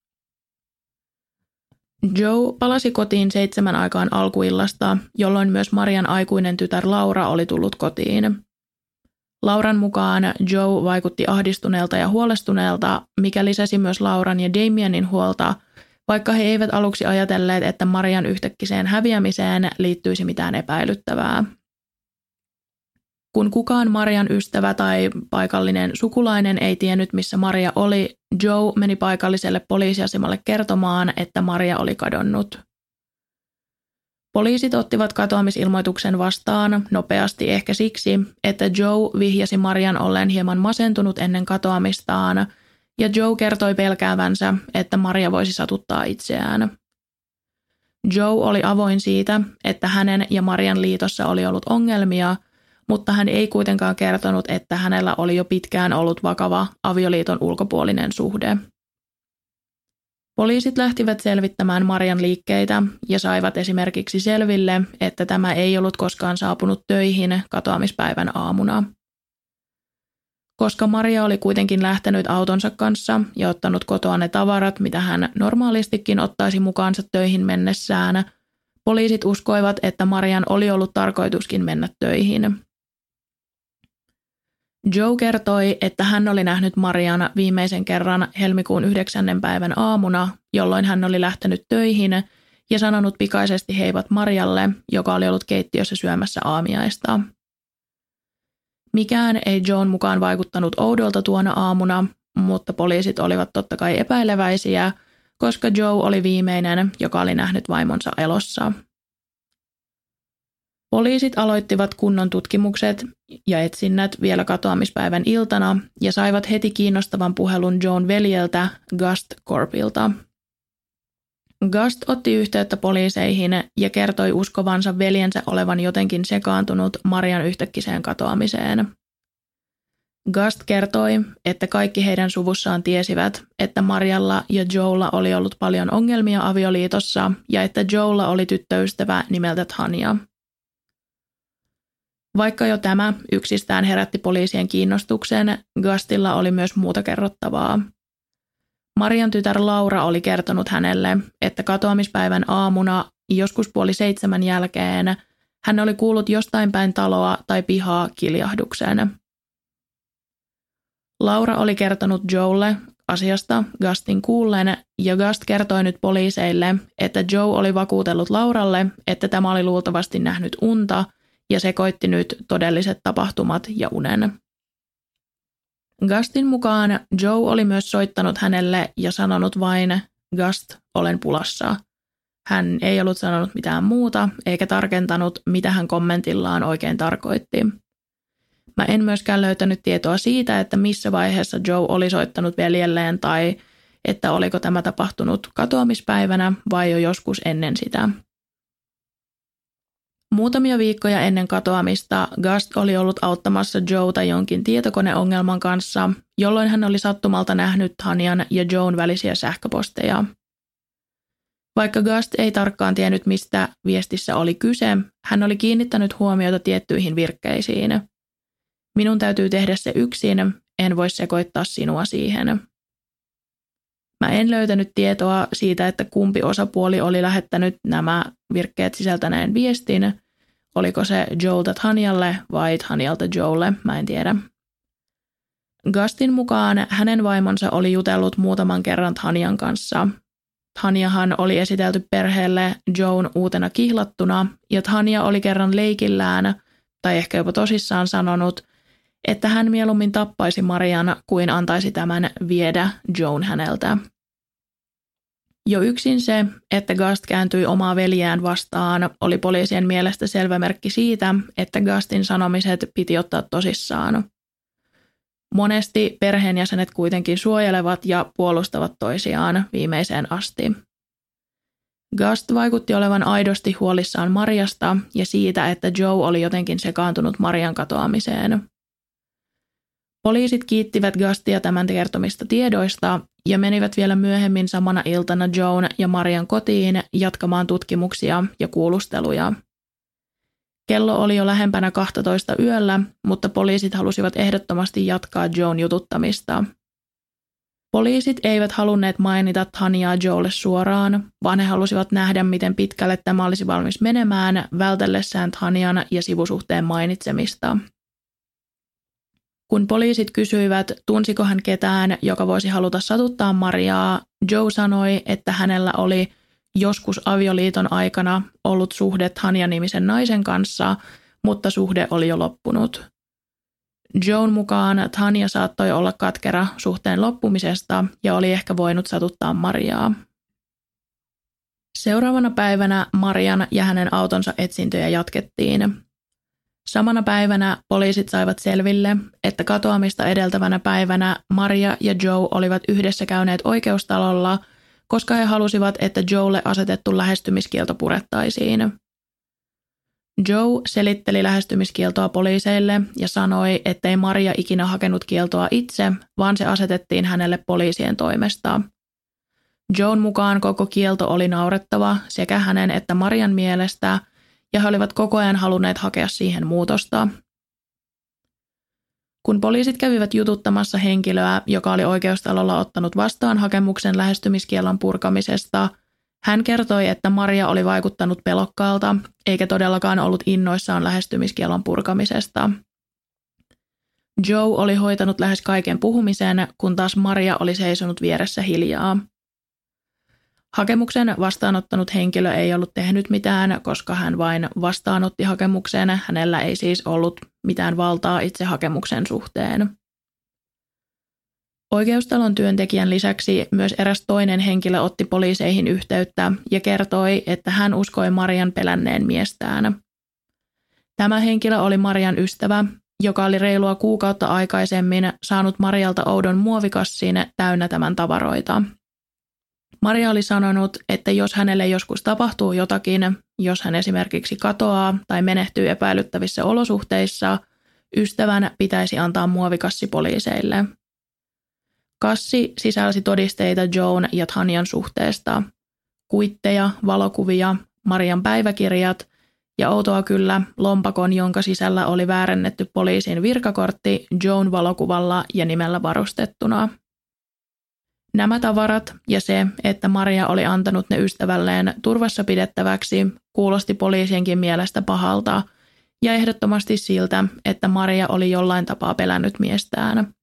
Joe palasi kotiin seitsemän aikaan alkuillasta, jolloin myös Marian aikuinen tytär Laura oli tullut kotiin. Lauran mukaan Joe vaikutti ahdistuneelta ja huolestuneelta, mikä lisäsi myös Lauran ja Damianin huolta, vaikka he eivät aluksi ajatelleet, että Marian yhtäkkiseen häviämiseen liittyisi mitään epäilyttävää. Kun kukaan Marian ystävä tai paikallinen sukulainen ei tiennyt, missä Maria oli, Joe meni paikalliselle poliisiasemalle kertomaan, että Maria oli kadonnut. Poliisit ottivat katoamisilmoituksen vastaan nopeasti ehkä siksi, että Joe vihjasi Marian olleen hieman masentunut ennen katoamistaan, ja Joe kertoi pelkäävänsä, että Maria voisi satuttaa itseään. Joe oli avoin siitä, että hänen ja Marian liitossa oli ollut ongelmia, mutta hän ei kuitenkaan kertonut, että hänellä oli jo pitkään ollut vakava avioliiton ulkopuolinen suhde. Poliisit lähtivät selvittämään Marian liikkeitä ja saivat esimerkiksi selville, että tämä ei ollut koskaan saapunut töihin katoamispäivän aamuna. Koska Maria oli kuitenkin lähtenyt autonsa kanssa ja ottanut kotoa ne tavarat, mitä hän normaalistikin ottaisi mukaansa töihin mennessään, poliisit uskoivat, että Marian oli ollut tarkoituskin mennä töihin. Joe kertoi, että hän oli nähnyt Marian viimeisen kerran helmikuun yhdeksännen päivän aamuna, jolloin hän oli lähtenyt töihin ja sanonut pikaisesti heivat Marialle, joka oli ollut keittiössä syömässä aamiaista. Mikään ei Joen mukaan vaikuttanut oudolta tuona aamuna, mutta poliisit olivat totta kai epäileväisiä, koska Joe oli viimeinen, joka oli nähnyt vaimonsa elossa. Poliisit aloittivat kunnon tutkimukset ja etsinnät vielä katoamispäivän iltana ja saivat heti kiinnostavan puhelun Joen veljeltä Gust Corpilta. Gust otti yhteyttä poliiseihin ja kertoi uskovansa veljensä olevan jotenkin sekaantunut Marian yhtäkkiseen katoamiseen. Gust kertoi, että kaikki heidän suvussaan tiesivät, että Marialla ja Joella oli ollut paljon ongelmia avioliitossa ja että Joella oli tyttöystävä nimeltä Tanya. Vaikka jo tämä yksistään herätti poliisien kiinnostuksen, Gustilla oli myös muuta kerrottavaa. Marian tytär Laura oli kertonut hänelle, että katoamispäivän aamuna, joskus puoli seitsemän jälkeen, hän oli kuullut jostain päin taloa tai pihaa kiljahduksen. Laura oli kertonut Joelle asiasta Gustin kuullen, ja Gust kertoi nyt poliiseille, että Joe oli vakuutellut Lauralle, että tämä oli luultavasti nähnyt unta, ja sekoitti nyt todelliset tapahtumat ja unen. Gustin mukaan Joe oli myös soittanut hänelle ja sanonut vain, Gust, olen pulassa. Hän ei ollut sanonut mitään muuta, eikä tarkentanut, mitä hän kommentillaan oikein tarkoitti. Mä en myöskään löytänyt tietoa siitä, että missä vaiheessa Joe oli soittanut veljelleen tai että oliko tämä tapahtunut katoamispäivänä vai jo joskus ennen sitä. Muutamia viikkoja ennen katoamista Gust oli ollut auttamassa Joeta jonkin tietokoneongelman kanssa, jolloin hän oli sattumalta nähnyt Tanyan ja Joen välisiä sähköposteja. Vaikka Gust ei tarkkaan tiennyt, mistä viestissä oli kyse, hän oli kiinnittänyt huomiota tiettyihin virkkeisiin. Minun täytyy tehdä se yksin, en voi sekoittaa sinua siihen. Mä en löytänyt tietoa siitä, että kumpi osapuoli oli lähettänyt nämä virkkeet sisältäneen viestin. Oliko se Joelta Tanyalle vai Tanyalta Joelle, mä en tiedä. Gustin mukaan hänen vaimonsa oli jutellut muutaman kerran Tanyan kanssa. Tanyahan oli esitelty perheelle Joen uutena kihlattuna, ja Tanya oli kerran leikillään, tai ehkä jopa tosissaan sanonut, että hän mieluummin tappaisi Marian kuin antaisi tämän viedä Joen häneltä. Jo yksin se, että Gust kääntyi omaa veljään vastaan, oli poliisien mielestä selvä merkki siitä, että Gustin sanomiset piti ottaa tosissaan. Monesti perheenjäsenet kuitenkin suojelevat ja puolustavat toisiaan viimeiseen asti. Gust vaikutti olevan aidosti huolissaan Mariasta ja siitä, että Joe oli jotenkin sekaantunut Marian katoamiseen. Poliisit kiittivät Gustia tämän kertomista tiedoista ja menivät vielä myöhemmin samana iltana Joen ja Marian kotiin jatkamaan tutkimuksia ja kuulusteluja. Kello oli jo lähempänä kaksitoista yöllä, mutta poliisit halusivat ehdottomasti jatkaa Joen jututtamista. Poliisit eivät halunneet mainita Taniaa Joelle suoraan, vaan he halusivat nähdä, miten pitkälle tämä olisi valmis menemään vältellessään Tanian ja sivusuhteen mainitsemista. Kun poliisit kysyivät, tunsiko hän ketään, joka voisi haluta satuttaa Mariaa, Joe sanoi, että hänellä oli joskus avioliiton aikana ollut suhde Tania-nimisen naisen kanssa, mutta suhde oli jo loppunut. Joen mukaan Tania saattoi olla katkera suhteen loppumisesta ja oli ehkä voinut satuttaa Mariaa. Seuraavana päivänä Marian ja hänen autonsa etsintöjä jatkettiin. Samana päivänä poliisit saivat selville, että katoamista edeltävänä päivänä Maria ja Joe olivat yhdessä käyneet oikeustalolla, koska he halusivat, että Joelle asetettu lähestymiskielto purettaisiin. Joe selitteli lähestymiskieltoa poliiseille ja sanoi, ettei Maria ikinä hakenut kieltoa itse, vaan se asetettiin hänelle poliisien toimesta. Joen mukaan koko kielto oli naurettava sekä hänen että Marian mielestä, ja he olivat koko ajan halunneet hakea siihen muutosta. Kun poliisit kävivät jututtamassa henkilöä, joka oli oikeustalolla ottanut vastaan hakemuksen lähestymiskiellon purkamisesta, hän kertoi, että Maria oli vaikuttanut pelokkaalta, eikä todellakaan ollut innoissaan lähestymiskiellon purkamisesta. Joe oli hoitanut lähes kaiken puhumisen, kun taas Maria oli seisonut vieressä hiljaa. Hakemuksen vastaanottanut henkilö ei ollut tehnyt mitään, koska hän vain vastaanotti hakemuksen. Hänellä ei siis ollut mitään valtaa itse hakemuksen suhteen. Oikeustalon työntekijän lisäksi myös eräs toinen henkilö otti poliiseihin yhteyttä ja kertoi, että hän uskoi Marian pelänneen miestään. Tämä henkilö oli Marian ystävä, joka oli reilua kuukautta aikaisemmin saanut Marialta oudon muovikassin täynnä tämän tavaroita. Maria oli sanonut, että jos hänelle joskus tapahtuu jotakin, jos hän esimerkiksi katoaa tai menehtyy epäilyttävissä olosuhteissa, ystävän pitäisi antaa muovikassi poliiseille. Kassi sisälsi todisteita Joen ja Tanian suhteesta, kuitteja, valokuvia, Marian päiväkirjat ja outoa kyllä lompakon, jonka sisällä oli väärennetty poliisin virkakortti Joen valokuvalla ja nimellä varustettuna. Nämä tavarat ja se, että Maria oli antanut ne ystävälleen turvassa pidettäväksi, kuulosti poliisienkin mielestä pahalta ja ehdottomasti siltä, että Maria oli jollain tapaa pelännyt miestään.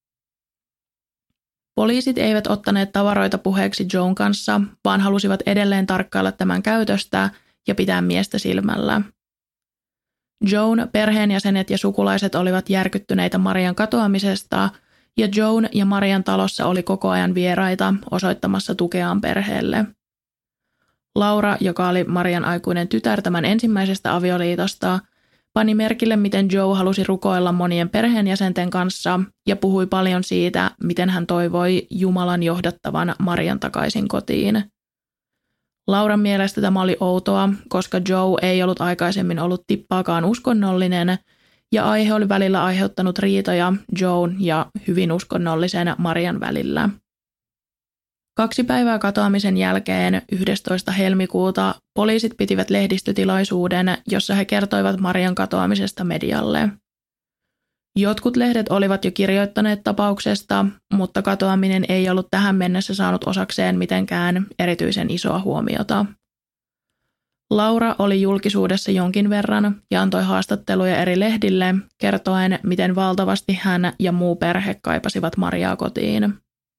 Poliisit eivät ottaneet tavaroita puheeksi Joen kanssa, vaan halusivat edelleen tarkkailla tämän käytöstä ja pitää miestä silmällä. Joen perheenjäsenet ja sukulaiset olivat järkyttyneitä Marian katoamisesta, ja Joen ja Marian talossa oli koko ajan vieraita osoittamassa tukeaan perheelle. Laura, joka oli Marian aikuinen tytär tämän ensimmäisestä avioliitosta, pani merkille, miten Joe halusi rukoilla monien perheenjäsenten kanssa ja puhui paljon siitä, miten hän toivoi Jumalan johdattavan Marian takaisin kotiin. Lauran mielestä tämä oli outoa, koska Joe ei ollut aikaisemmin ollut tippaakaan uskonnollinen, ja aihe oli välillä aiheuttanut riitoja Joen ja hyvin uskonnollisen Marian välillä. Kaksi päivää katoamisen jälkeen yhdestoista helmikuuta poliisit pitivät lehdistötilaisuuden, jossa he kertoivat Marian katoamisesta medialle. Jotkut lehdet olivat jo kirjoittaneet tapauksesta, mutta katoaminen ei ollut tähän mennessä saanut osakseen mitenkään erityisen isoa huomiota. Laura oli julkisuudessa jonkin verran ja antoi haastatteluja eri lehdille, kertoen, miten valtavasti hän ja muu perhe kaipasivat Mariaa kotiin.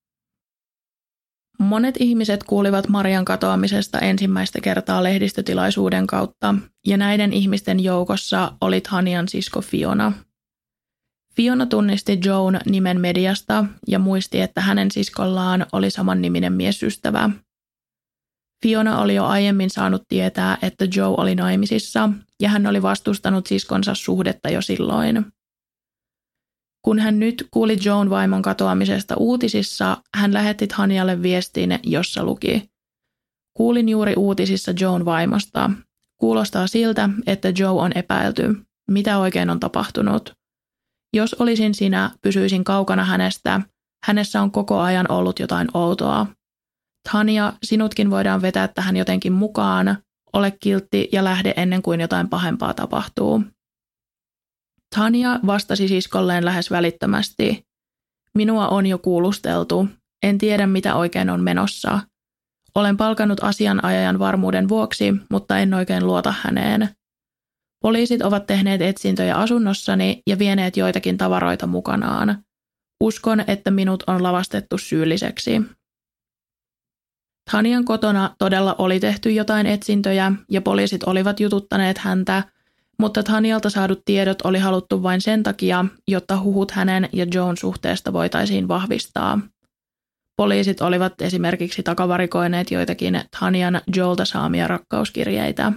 Monet ihmiset kuulivat Marian katoamisesta ensimmäistä kertaa lehdistötilaisuuden kautta, ja näiden ihmisten joukossa oli Tanian sisko Fiona. Fiona tunnisti Joen nimen mediasta ja muisti, että hänen siskollaan oli samanniminen miesystävä. Fiona oli jo aiemmin saanut tietää, että Joe oli naimisissa, ja hän oli vastustanut siskonsa suhdetta jo silloin. Kun hän nyt kuuli Joen vaimon katoamisesta uutisissa, hän lähetti Tanialle viestin, jossa luki: "Kuulin juuri uutisissa Joen vaimosta. Kuulostaa siltä, että Joe on epäilty. Mitä oikein on tapahtunut? Jos olisin sinä, pysyisin kaukana hänestä. Hänessä on koko ajan ollut jotain outoa. Tania, sinutkin voidaan vetää tähän jotenkin mukaan. ole kiltti ja lähde ennen kuin jotain pahempaa tapahtuu. Tanya vastasi siskolleen lähes välittömästi. Minua on jo kuulusteltu. En tiedä, mitä oikein on menossa. Olen palkannut asianajajan varmuuden vuoksi, mutta en oikein luota häneen. Poliisit ovat tehneet etsintöjä asunnossani ja vieneet joitakin tavaroita mukanaan. Uskon, että minut on lavastettu syylliseksi. Tanyan kotona todella oli tehty jotain etsintöjä ja poliisit olivat jututtaneet häntä, mutta Tanyalta saadut tiedot oli haluttu vain sen takia, jotta huhut hänen ja Joan suhteesta voitaisiin vahvistaa. Poliisit olivat esimerkiksi takavarikoineet joitakin Tanyan Joelta saamia rakkauskirjeitä.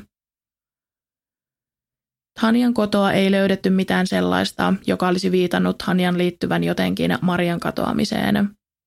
Tanyan kotoa ei löydetty mitään sellaista, joka olisi viitannut Tanyan liittyvän jotenkin Marian katoamiseen.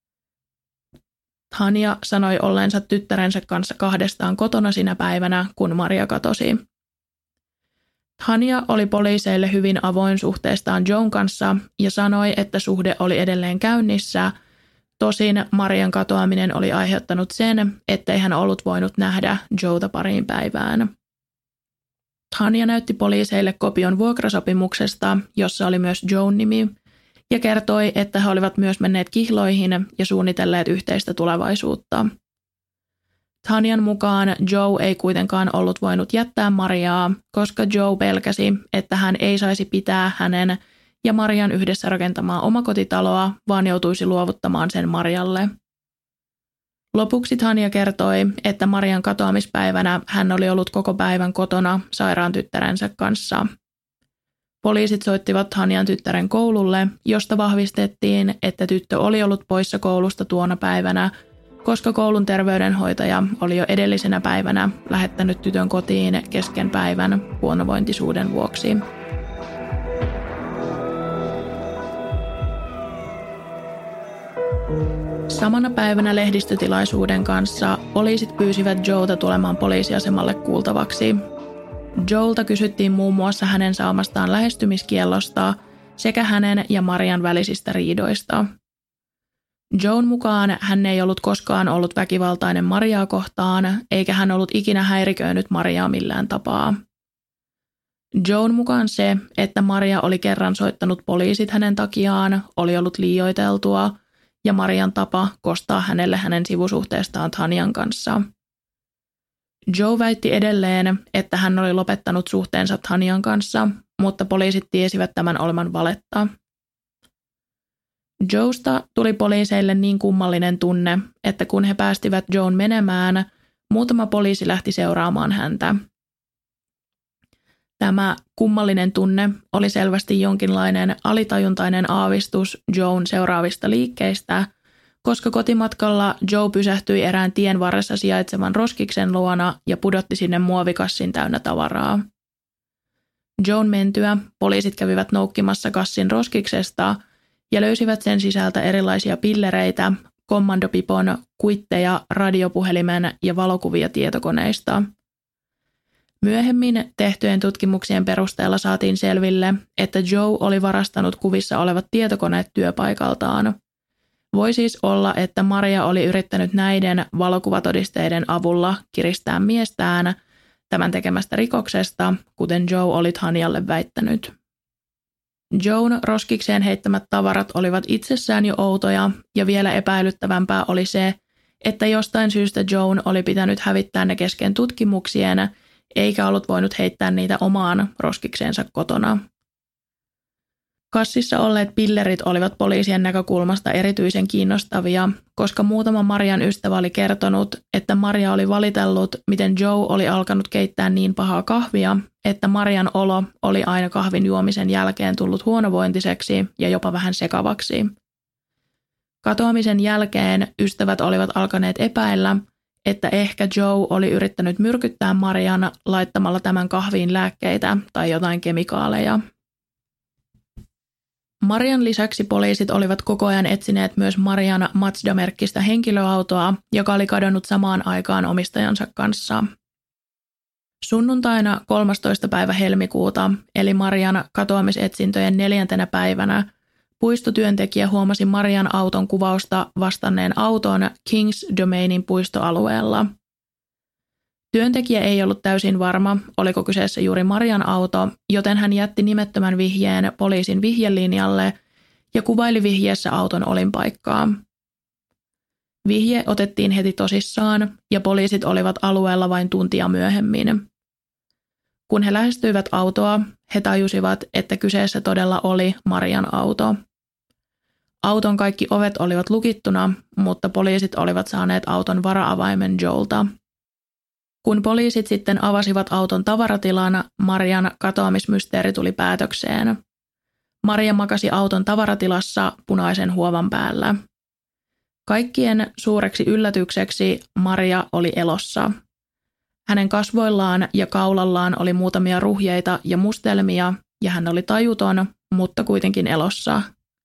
Tanya sanoi olleensa tyttärensä kanssa kahdestaan kotona sinä päivänä, kun Maria katosi. Tanya oli poliiseille hyvin avoin suhteestaan Joan kanssa ja sanoi, että suhde oli edelleen käynnissä. Tosin Marian katoaminen oli aiheuttanut sen, ettei hän ollut voinut nähdä Joeta pariin päivään. Tanya näytti poliiseille kopion vuokrasopimuksesta, jossa oli myös Joan nimi, ja kertoi, että he olivat myös menneet kihloihin ja suunnitelleet yhteistä tulevaisuutta. Tanyan mukaan Joe ei kuitenkaan ollut voinut jättää Mariaa, koska Joe pelkäsi, että hän ei saisi pitää hänen ja Marian yhdessä rakentamaa omakotitaloa, vaan joutuisi luovuttamaan sen Marialle. Lopuksi Tanya kertoi, että Marian katoamispäivänä hän oli ollut koko päivän kotona sairaan tyttärensä kanssa. Poliisit soittivat Tanyan tyttären koululle, josta vahvistettiin, että tyttö oli ollut poissa koulusta tuona päivänä, koska koulun terveydenhoitaja oli jo edellisenä päivänä lähettänyt tytön kotiin kesken päivän huonovointisuuden vuoksi. Samana päivänä lehdistötilaisuuden kanssa poliisit pyysivät Joelta tulemaan poliisiasemalle kuultavaksi. Joelta kysyttiin muun muassa hänen saamastaan lähestymiskiellosta sekä hänen ja Marian välisistä riidoista. Joan mukaan hän ei ollut koskaan ollut väkivaltainen Mariaa kohtaan, eikä hän ollut ikinä häiriköinyt Mariaa millään tapaa. Joan mukaan se, että Maria oli kerran soittanut poliisit hänen takiaan, oli ollut liioiteltua, ja Marian tapa kostaa hänelle hänen sivusuhteestaan Tanyan kanssa. Joe väitti edelleen, että hän oli lopettanut suhteensa Tanyan kanssa, mutta poliisit tiesivät tämän olevan valetta. Joesta tuli poliiseille niin kummallinen tunne, että kun he päästivät Joan menemään, muutama poliisi lähti seuraamaan häntä. Tämä kummallinen tunne oli selvästi jonkinlainen alitajuntainen aavistus Joan seuraavista liikkeistä, koska kotimatkalla Joe pysähtyi erään tien varressa sijaitsevan roskiksen luona ja pudotti sinne muovikassin täynnä tavaraa. Joan mentyä poliisit kävivät noukkimassa kassin roskiksesta ja löysivät sen sisältä erilaisia pillereitä, kommandopipon, kuitteja, radiopuhelimen ja valokuvia tietokoneista. Myöhemmin tehtyjen tutkimuksien perusteella saatiin selville, että Joe oli varastanut kuvissa olevat tietokoneet työpaikaltaan. Voi siis olla, että Maria oli yrittänyt näiden valokuvatodisteiden avulla kiristää miestään tämän tekemästä rikoksesta, kuten Joe oli Tanyalle väittänyt. Joan roskikseen heittämät tavarat olivat itsessään jo outoja, ja vielä epäilyttävämpää oli se, että jostain syystä Joan oli pitänyt hävittää ne kesken tutkimuksien, eikä ollut voinut heittää niitä omaan roskikseensa kotona. Kassissa olleet pillerit olivat poliisien näkökulmasta erityisen kiinnostavia, koska muutama Marian ystävä oli kertonut, että Maria oli valitellut, miten Joe oli alkanut keittää niin pahaa kahvia, että Marian olo oli aina kahvin juomisen jälkeen tullut huonovointiseksi ja jopa vähän sekavaksi. Katoamisen jälkeen ystävät olivat alkaneet epäillä, että ehkä Joe oli yrittänyt myrkyttää Marian laittamalla tämän kahviin lääkkeitä tai jotain kemikaaleja. Marian lisäksi poliisit olivat koko ajan etsineet myös Marian Mazda-merkkistä henkilöautoa, joka oli kadonnut samaan aikaan omistajansa kanssa. Sunnuntaina kolmastoista päivä helmikuuta, eli Marian katoamisetsintöjen neljäntenä päivänä, puistotyöntekijä huomasi Marian auton kuvausta vastanneen auton Kings Domainin puistoalueella. Työntekijä ei ollut täysin varma, oliko kyseessä juuri Marian auto, joten hän jätti nimettömän vihjeen poliisin vihjelinjalle ja kuvaili vihjeessä auton olinpaikkaa. Vihje otettiin heti tosissaan ja poliisit olivat alueella vain tuntia myöhemmin. Kun he lähestyivät autoa, he tajusivat, että kyseessä todella oli Marian auto. Auton kaikki ovet olivat lukittuna, mutta poliisit olivat saaneet auton vara-avaimen Joelta. Kun poliisit sitten avasivat auton tavaratilan, Marian katoamismysteeri tuli päätökseen. Maria makasi auton tavaratilassa punaisen huovan päällä. Kaikkien suureksi yllätykseksi Maria oli elossa. Hänen kasvoillaan ja kaulallaan oli muutamia ruhjeita ja mustelmia, ja hän oli tajuton, mutta kuitenkin elossa.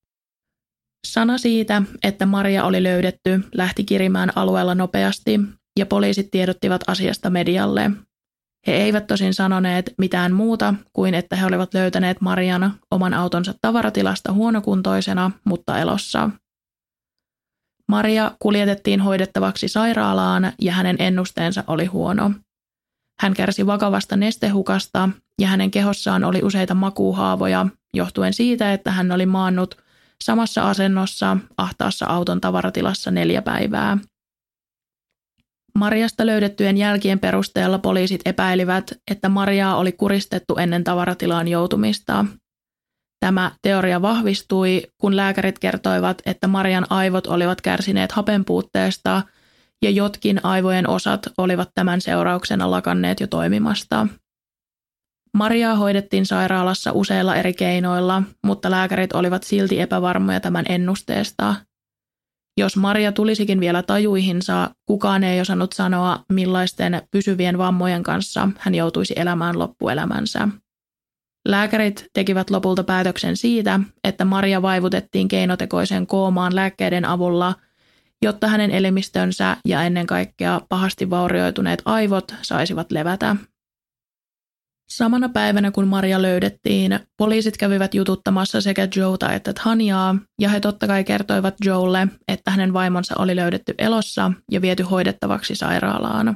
Sana siitä, että Maria oli löydetty, lähti kirimään alueella nopeasti, ja poliisit tiedottivat asiasta medialle. He eivät tosin sanoneet mitään muuta kuin, että he olivat löytäneet Marian oman autonsa tavaratilasta huonokuntoisena, mutta elossa. Maria kuljetettiin hoidettavaksi sairaalaan ja hänen ennusteensa oli huono. Hän kärsi vakavasta nestehukasta ja hänen kehossaan oli useita makuuhaavoja, johtuen siitä, että hän oli maannut samassa asennossa ahtaassa auton tavaratilassa neljä päivää. Mariasta löydettyjen jälkien perusteella poliisit epäilivät, että Mariaa oli kuristettu ennen tavaratilaan joutumista. Tämä teoria vahvistui, kun lääkärit kertoivat, että Marian aivot olivat kärsineet hapenpuutteesta ja jotkin aivojen osat olivat tämän seurauksena lakanneet jo toimimasta. Mariaa hoidettiin sairaalassa useilla eri keinoilla, mutta lääkärit olivat silti epävarmoja tämän ennusteesta. Jos Maria tulisikin vielä tajuihinsa, kukaan ei osannut sanoa, millaisten pysyvien vammojen kanssa hän joutuisi elämään loppuelämänsä. Lääkärit tekivät lopulta päätöksen siitä, että Maria vaivutettiin keinotekoiseen koomaan lääkkeiden avulla, jotta hänen elimistönsä ja ennen kaikkea pahasti vaurioituneet aivot saisivat levätä. Samana päivänä, kun Maria löydettiin, poliisit kävivät jututtamassa sekä Joeta että Tanyaa, ja he totta kai kertoivat Joelle, että hänen vaimonsa oli löydetty elossa ja viety hoidettavaksi sairaalaan.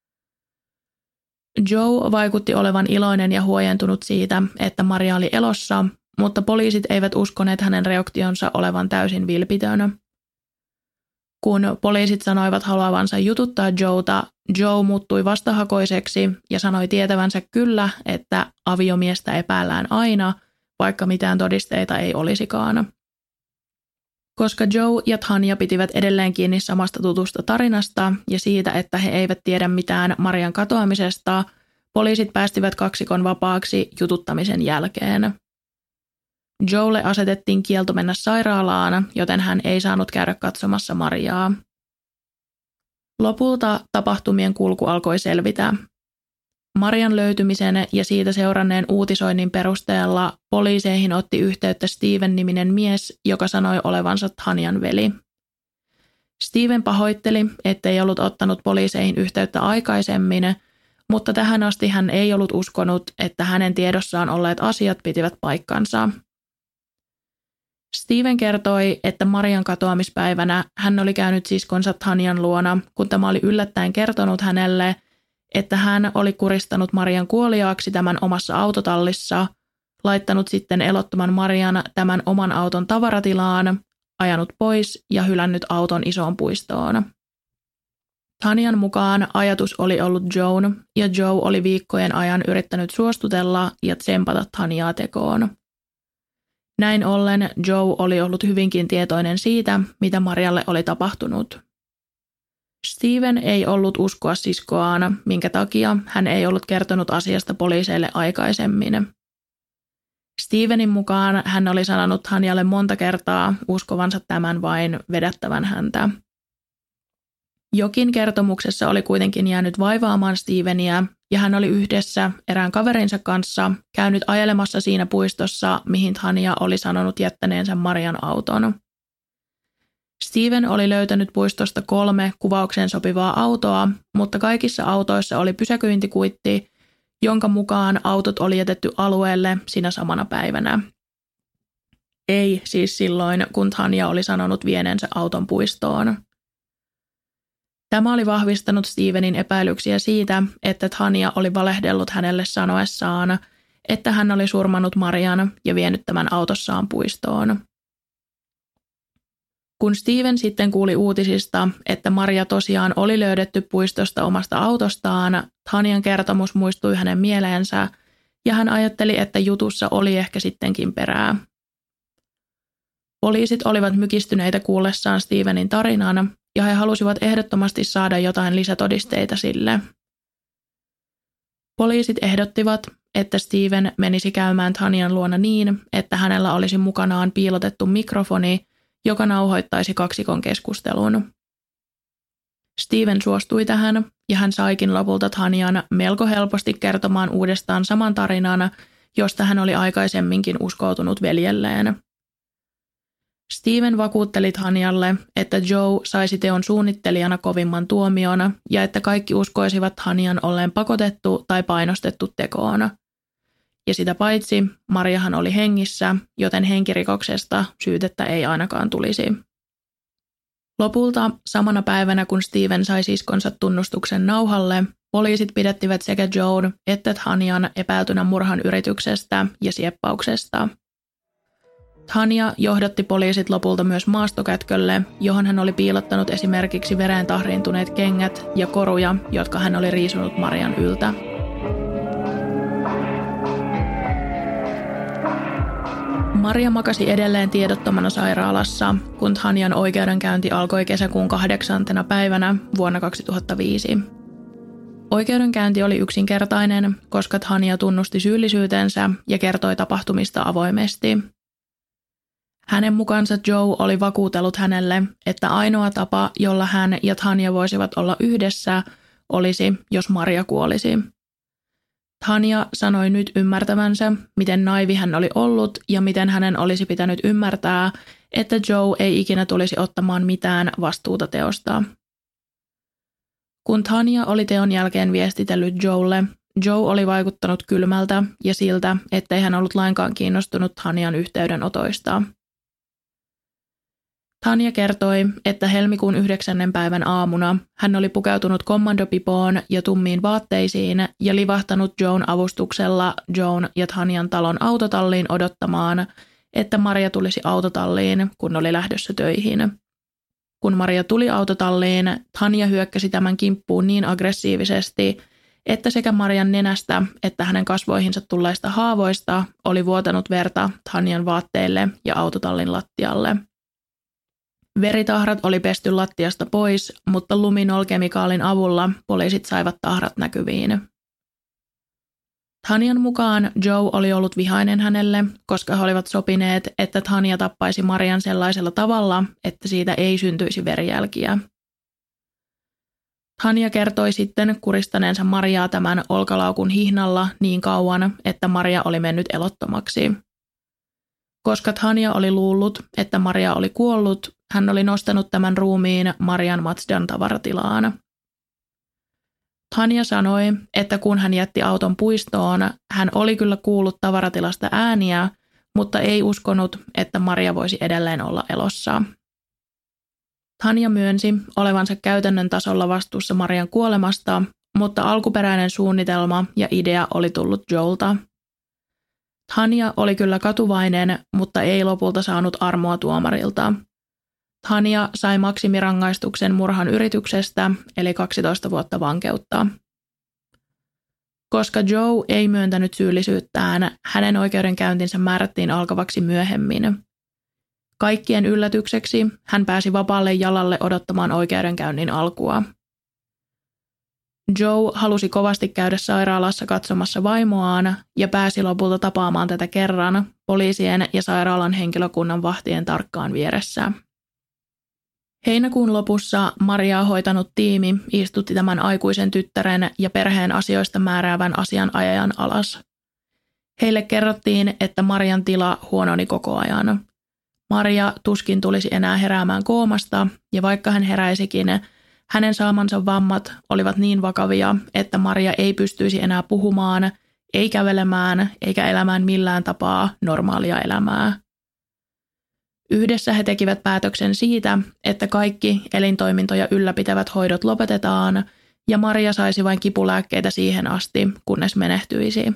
Joe vaikutti olevan iloinen ja huojentunut siitä, että Maria oli elossa, mutta poliisit eivät uskoneet hänen reaktionsa olevan täysin vilpitön. Kun poliisit sanoivat haluavansa jututtaa Joeta, Joe muuttui vastahakoiseksi ja sanoi tietävänsä kyllä, että aviomiestä epäillään aina, vaikka mitään todisteita ei olisikaan. Koska Joe ja Tanya pitivät edelleen kiinni samasta tutusta tarinasta ja siitä, että he eivät tiedä mitään Marian katoamisesta, poliisit päästivät kaksikon vapaaksi jututtamisen jälkeen. Joelle asetettiin kielto mennä sairaalaan, joten hän ei saanut käydä katsomassa Mariaa. Lopulta tapahtumien kulku alkoi selvitä. Marian löytymisen ja siitä seuranneen uutisoinnin perusteella poliiseihin otti yhteyttä Steven-niminen mies, joka sanoi olevansa Tanyan veli. Steven pahoitteli, ettei ollut ottanut poliiseihin yhteyttä aikaisemmin, mutta tähän asti hän ei ollut uskonut, että hänen tiedossaan olleet asiat pitivät paikkansa. Steven kertoi, että Marian katoamispäivänä hän oli käynyt siskonsa Tanyan luona, kun tämä oli yllättäen kertonut hänelle, että hän oli kuristanut Marian kuoliaaksi tämän omassa autotallissa, laittanut sitten elottoman Marian tämän oman auton tavaratilaan, ajanut pois ja hylännyt auton isoon puistoon. Tanyan mukaan ajatus oli ollut Joen, ja Joe oli viikkojen ajan yrittänyt suostutella ja tsempata Tanyaa tekoon. Näin ollen Joe oli ollut hyvinkin tietoinen siitä, mitä Marialle oli tapahtunut. Steven ei ollut uskoa siskoaan, minkä takia hän ei ollut kertonut asiasta poliiseille aikaisemmin. Stevenin mukaan hän oli sanonut Tanyalle monta kertaa uskovansa tämän vain vedättävän häntä. Jokin kertomuksessa oli kuitenkin jäänyt vaivaamaan Steveniä, ja hän oli yhdessä erään kaverinsa kanssa käynyt ajelemassa siinä puistossa, mihin Tanya oli sanonut jättäneensä Marian auton. Steven oli löytänyt puistosta kolme kuvaukseen sopivaa autoa, mutta kaikissa autoissa oli pysäköintikuitti, jonka mukaan autot oli jätetty alueelle sinä samana päivänä. Ei siis silloin, kun Tanya oli sanonut vienensä auton puistoon. Tämä oli vahvistanut Stevenin epäilyksiä siitä, että Tanya oli valehdellut hänelle sanoessaan, että hän oli surmannut Marian ja vienyt tämän autossaan puistoon. Kun Steven sitten kuuli uutisista, että Maria tosiaan oli löydetty puistosta omasta autostaan, Tanyan kertomus muistui hänen mieleensä ja hän ajatteli, että jutussa oli ehkä sittenkin perää. Poliisit olivat mykistyneitä kuullessaan Stevenin tarinan ja he halusivat ehdottomasti saada jotain lisätodisteita sille. Poliisit ehdottivat, että Steven menisi käymään Tanyan luona niin, että hänellä olisi mukanaan piilotettu mikrofoni, joka nauhoittaisi kaksikon keskustelun. Steven suostui tähän ja hän saikin lopulta Tanyan melko helposti kertomaan uudestaan saman tarinan, josta hän oli aikaisemminkin uskoutunut veljelleen. Steven vakuutteli Tanyalle, että Joe saisi teon suunnittelijana kovimman tuomion ja että kaikki uskoisivat Tanyan olleen pakotettu tai painostettu tekoon. Ja sitä paitsi Mariahan oli hengissä, joten henkirikoksesta syytettä ei ainakaan tulisi. Lopulta samana päivänä, kun Steven sai siskonsa tunnustuksen nauhalle, poliisit pidättivät sekä Joe että Tanyan epäiltynä murhan yrityksestä ja sieppauksesta. Tanya johdatti poliisit lopulta myös maastokätkölle, johon hän oli piilottanut esimerkiksi vereen tahriintuneet kengät ja koruja, jotka hän oli riisunut Marian yltä. Maria makasi edelleen tiedottomana sairaalassa, kun Tanyan oikeudenkäynti alkoi kesäkuun kahdeksantena päivänä vuonna kaksituhattaviisi. Oikeudenkäynti oli yksinkertainen, koska Tanya tunnusti syyllisyytensä ja kertoi tapahtumista avoimesti. Hänen mukaansa Joe oli vakuutellut hänelle, että ainoa tapa, jolla hän ja Tanya voisivat olla yhdessä, olisi, jos Maria kuolisi. Tanya sanoi nyt ymmärtävänsä, miten naivi hän oli ollut ja miten hänen olisi pitänyt ymmärtää, että Joe ei ikinä tulisi ottamaan mitään vastuuta teosta. Kun Tanya oli teon jälkeen viestitellyt Joelle, Joe oli vaikuttanut kylmältä ja siltä, ettei hän ollut lainkaan kiinnostunut Tanyan yhteydenotoista. Tanya kertoi, että helmikuun yhdeksännen päivän aamuna hän oli pukeutunut kommandopipoon ja tummiin vaatteisiin ja livahtanut Joen avustuksella Joen ja Tanyan talon autotalliin odottamaan, että Maria tulisi autotalliin, kun oli lähdössä töihin. Kun Maria tuli autotalliin, Tanya hyökkäsi tämän kimppuun niin aggressiivisesti, että sekä Marian nenästä että hänen kasvoihinsa tulleista haavoista oli vuotanut verta Tanyan vaatteille ja autotallin lattialle. Veritahrat oli pesty lattiasta pois, mutta luminol-kemikaalin avulla poliisit saivat tahrat näkyviin. Tanyan mukaan Joe oli ollut vihainen hänelle, koska he olivat sopineet, että Tanya tappaisi Marian sellaisella tavalla, että siitä ei syntyisi verijälkiä. Tanya kertoi sitten kuristaneensa Mariaa tämän olkalaukun hihnalla niin kauan, että Maria oli mennyt elottomaksi. Koska Tanya oli luullut, että Maria oli kuollut, hän oli nostanut tämän ruumiin Marian Mazdan tavaratilaan. Tanya sanoi, että kun hän jätti auton puistoon, hän oli kyllä kuullut tavaratilasta ääniä, mutta ei uskonut, että Maria voisi edelleen olla elossa. Tanya myönsi olevansa käytännön tasolla vastuussa Marian kuolemasta, mutta alkuperäinen suunnitelma ja idea oli tullut Joelta. Tanya oli kyllä katuvainen, mutta ei lopulta saanut armoa tuomarilta. Tanya sai maksimirangaistuksen murhan yrityksestä, eli kaksitoista vuotta vankeutta. Koska Joe ei myöntänyt syyllisyyttään, hänen oikeudenkäyntinsä määrättiin alkavaksi myöhemmin. Kaikkien yllätykseksi hän pääsi vapaalle jalalle odottamaan oikeudenkäynnin alkua. Joe halusi kovasti käydä sairaalassa katsomassa vaimoaan ja pääsi lopulta tapaamaan tätä kerran poliisien ja sairaalan henkilökunnan vahtien tarkkaan vieressä. Heinäkuun lopussa Mariaa hoitanut tiimi istutti tämän aikuisen tyttären ja perheen asioista määräävän asianajajan alas. Heille kerrottiin, että Marian tila huononi koko ajan. Maria tuskin tulisi enää heräämään koomasta, ja vaikka hän heräisikin, hänen saamansa vammat olivat niin vakavia, että Maria ei pystyisi enää puhumaan, ei kävelemään eikä elämään millään tapaa normaalia elämää. Yhdessä he tekivät päätöksen siitä, että kaikki elintoimintoja ylläpitävät hoidot lopetetaan ja Maria saisi vain kipulääkkeitä siihen asti, kunnes menehtyisi.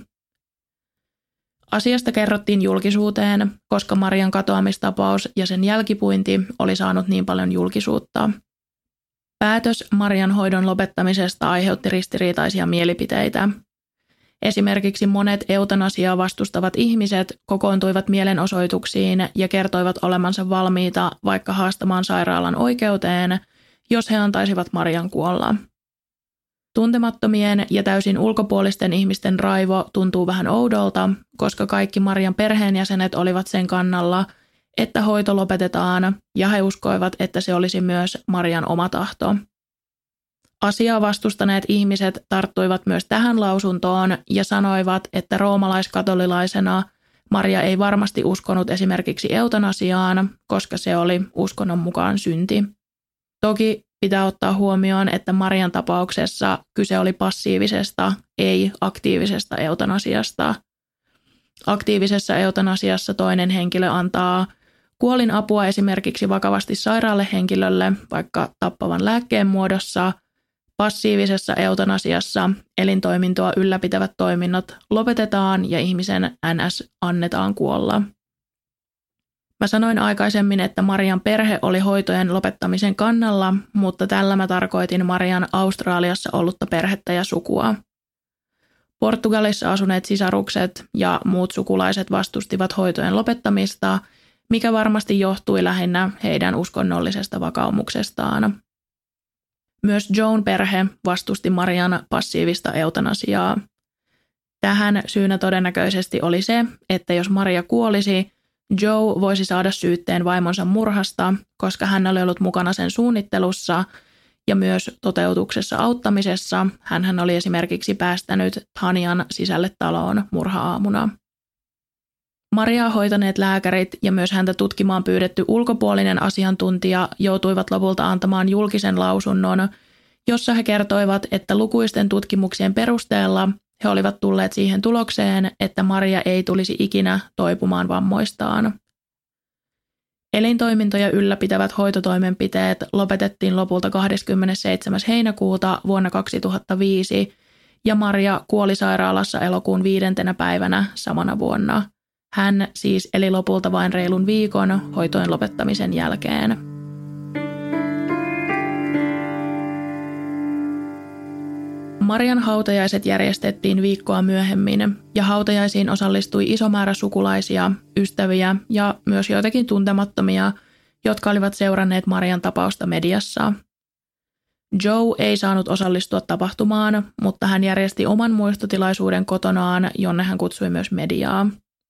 Asiasta kerrottiin julkisuuteen, koska Marian katoamistapaus ja sen jälkipuinti oli saanut niin paljon julkisuutta. Päätös Marian hoidon lopettamisesta aiheutti ristiriitaisia mielipiteitä. Esimerkiksi monet eutanasiaa vastustavat ihmiset kokoontuivat mielenosoituksiin ja kertoivat olemansa valmiita vaikka haastamaan sairaalan oikeuteen, jos he antaisivat Marian kuolla. Tuntemattomien ja täysin ulkopuolisten ihmisten raivo tuntuu vähän oudolta, koska kaikki Marian perheenjäsenet olivat sen kannalla, että hoito lopetetaan, ja he uskoivat, että se olisi myös Marian oma tahto. Asiaa vastustaneet ihmiset tarttuivat myös tähän lausuntoon ja sanoivat, että roomalaiskatolilaisena Maria ei varmasti uskonut esimerkiksi eutanasiaan, koska se oli uskonnon mukaan synti. Toki pitää ottaa huomioon, että Marian tapauksessa kyse oli passiivisesta, ei aktiivisesta eutanasiasta. Aktiivisessa eutanasiassa toinen henkilö antaa kuolinapua esimerkiksi vakavasti sairaalle henkilölle, vaikka tappavan lääkkeen muodossa. Passiivisessa eutanasiassa elintoimintoa ylläpitävät toiminnot lopetetaan ja ihmisen ns. Annetaan kuolla. Mä sanoin aikaisemmin, että Marian perhe oli hoitojen lopettamisen kannalla, mutta tällä mä tarkoitin Marian Australiassa ollutta perhettä ja sukua. Portugalissa asuneet sisarukset ja muut sukulaiset vastustivat hoitojen lopettamista, mikä varmasti johtui lähinnä heidän uskonnollisesta vakaumuksestaan. Myös Joan perhe vastusti Marian passiivista eutanasiaa. Tähän syynä todennäköisesti oli se, että jos Maria kuolisi, Joe voisi saada syytteen vaimonsa murhasta, koska hän oli ollut mukana sen suunnittelussa ja myös toteutuksessa auttamisessa. Hänhän oli esimerkiksi päästänyt Tanian sisälle taloon murha-aamuna. Mariaa hoitaneet lääkärit ja myös häntä tutkimaan pyydetty ulkopuolinen asiantuntija joutuivat lopulta antamaan julkisen lausunnon, jossa he kertoivat, että lukuisten tutkimuksien perusteella he olivat tulleet siihen tulokseen, että Maria ei tulisi ikinä toipumaan vammoistaan. Elintoimintoja ylläpitävät hoitotoimenpiteet lopetettiin lopulta kahdeskymmenesseitsemäs heinäkuuta vuonna kaksituhattaviisi ja Maria kuoli sairaalassa elokuun viidentenä päivänä samana vuonna. Hän siis eli lopulta vain reilun viikon hoitojen lopettamisen jälkeen. Marian hautajaiset järjestettiin viikkoa myöhemmin ja hautajaisiin osallistui iso määrä sukulaisia, ystäviä ja myös joitakin tuntemattomia, jotka olivat seuranneet Marian tapausta mediassa. Joe ei saanut osallistua tapahtumaan, mutta hän järjesti oman muistotilaisuuden kotonaan, jonne hän kutsui myös mediaa.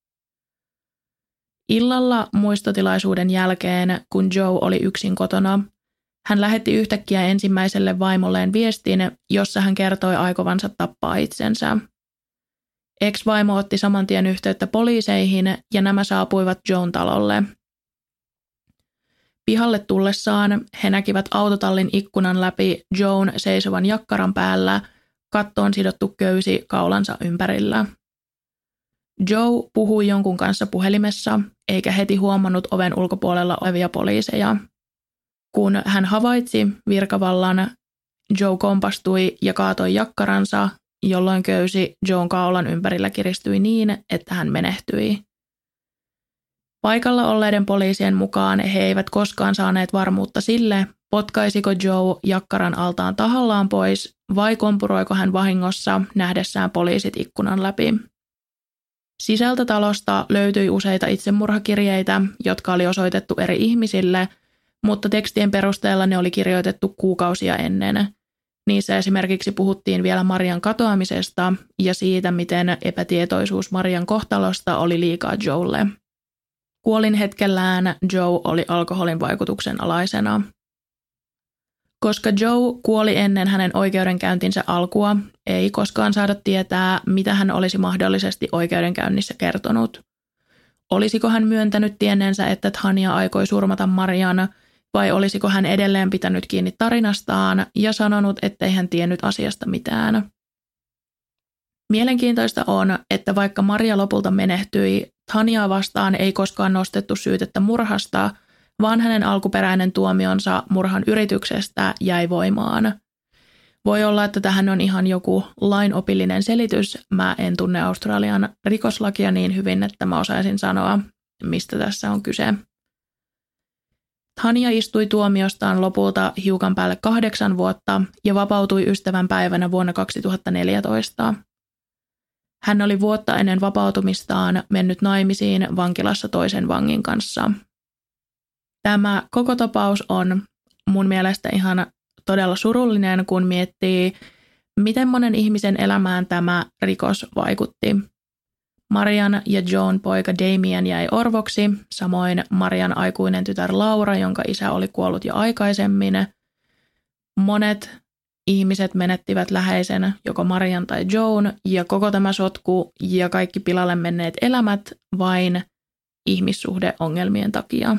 Illalla muistotilaisuuden jälkeen, kun Joe oli yksin kotona, hän lähetti yhtäkkiä ensimmäiselle vaimolleen viestin, jossa hän kertoi aikovansa tappaa itsensä. Ex-vaimo otti saman tien yhteyttä poliiseihin ja nämä saapuivat Joan talolle. Pihalle tullessaan he näkivät autotallin ikkunan läpi Joan seisovan jakkaran päällä, kattoon sidottu köysi kaulansa ympärillä. Joe puhui jonkun kanssa puhelimessa, eikä heti huomannut oven ulkopuolella olevia poliiseja. Kun hän havaitsi virkavallan, Joe kompastui ja kaatoi jakkaransa, jolloin köysi Joan kaulan ympärillä kiristyi niin, että hän menehtyi. Paikalla olleiden poliisien mukaan he eivät koskaan saaneet varmuutta sille, potkaisiko Joe jakkaran altaan tahallaan pois vai kompuroiko hän vahingossa nähdessään poliisit ikkunan läpi. Sisältä talosta löytyi useita itsemurhakirjeitä, jotka oli osoitettu eri ihmisille, mutta tekstien perusteella ne oli kirjoitettu kuukausia ennen. Niissä esimerkiksi puhuttiin vielä Marian katoamisesta ja siitä, miten epätietoisuus Marian kohtalosta oli liikaa Joelle. Kuolin hetkellään Joe oli alkoholin vaikutuksen alaisena. Koska Joe kuoli ennen hänen oikeudenkäyntinsä alkua, ei koskaan saada tietää, mitä hän olisi mahdollisesti oikeudenkäynnissä kertonut. Olisiko hän myöntänyt tienneensä, että Tania aikoi surmata Marian, vai olisiko hän edelleen pitänyt kiinni tarinastaan ja sanonut, ettei hän tiennyt asiasta mitään? Mielenkiintoista on, että vaikka Maria lopulta menehtyi, Taniaa vastaan ei koskaan nostettu syytettä murhasta, vaan hänen alkuperäinen tuomionsa murhan yrityksestä jäi voimaan. Voi olla, että tähän on ihan joku lainopillinen selitys. Mä en tunne Australian rikoslakia niin hyvin, että mä osaisin sanoa, mistä tässä on kyse. Tania istui tuomiostaan lopulta hiukan päälle kahdeksan vuotta ja vapautui ystävän päivänä vuonna kaksituhattaneljätoista. Hän oli vuotta ennen vapautumistaan mennyt naimisiin vankilassa toisen vangin kanssa. Tämä koko tapaus on mun mielestä ihan todella surullinen, kun miettii, miten monen ihmisen elämään tämä rikos vaikutti. Marian ja Joan poika Damien jäi orvoksi, samoin Marian aikuinen tytär Laura, jonka isä oli kuollut jo aikaisemmin. Monet ihmiset menettivät läheisen, joko Marian tai Joan, ja koko tämä sotku ja kaikki pilalle menneet elämät vain ihmissuhdeongelmien takia.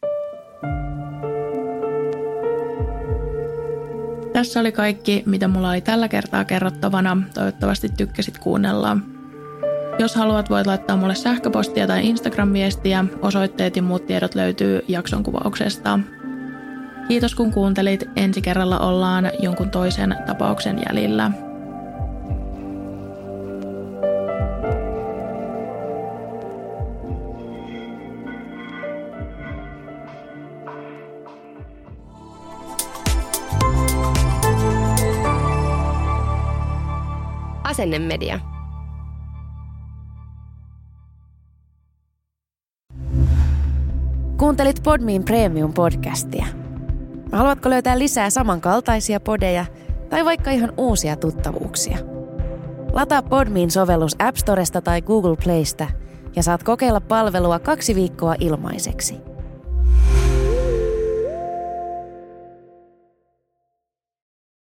Tässä oli kaikki, mitä mulla oli tällä kertaa kerrottavana. Toivottavasti tykkäsit kuunnella. Jos haluat, voit laittaa mulle sähköpostia tai Instagram-viestiä. Osoitteet ja muut tiedot löytyy jakson kuvauksesta. Kiitos kun kuuntelit. Ensi kerralla ollaan jonkun toisen tapauksen jäljillä. Asennemedia. Kuuntelit Podmin Premium-podcastia. Haluatko löytää lisää samankaltaisia podeja tai vaikka ihan uusia tuttavuuksia? Lataa Podmin sovellus App Storesta tai Google Playsta ja saat kokeilla palvelua kaksi viikkoa ilmaiseksi.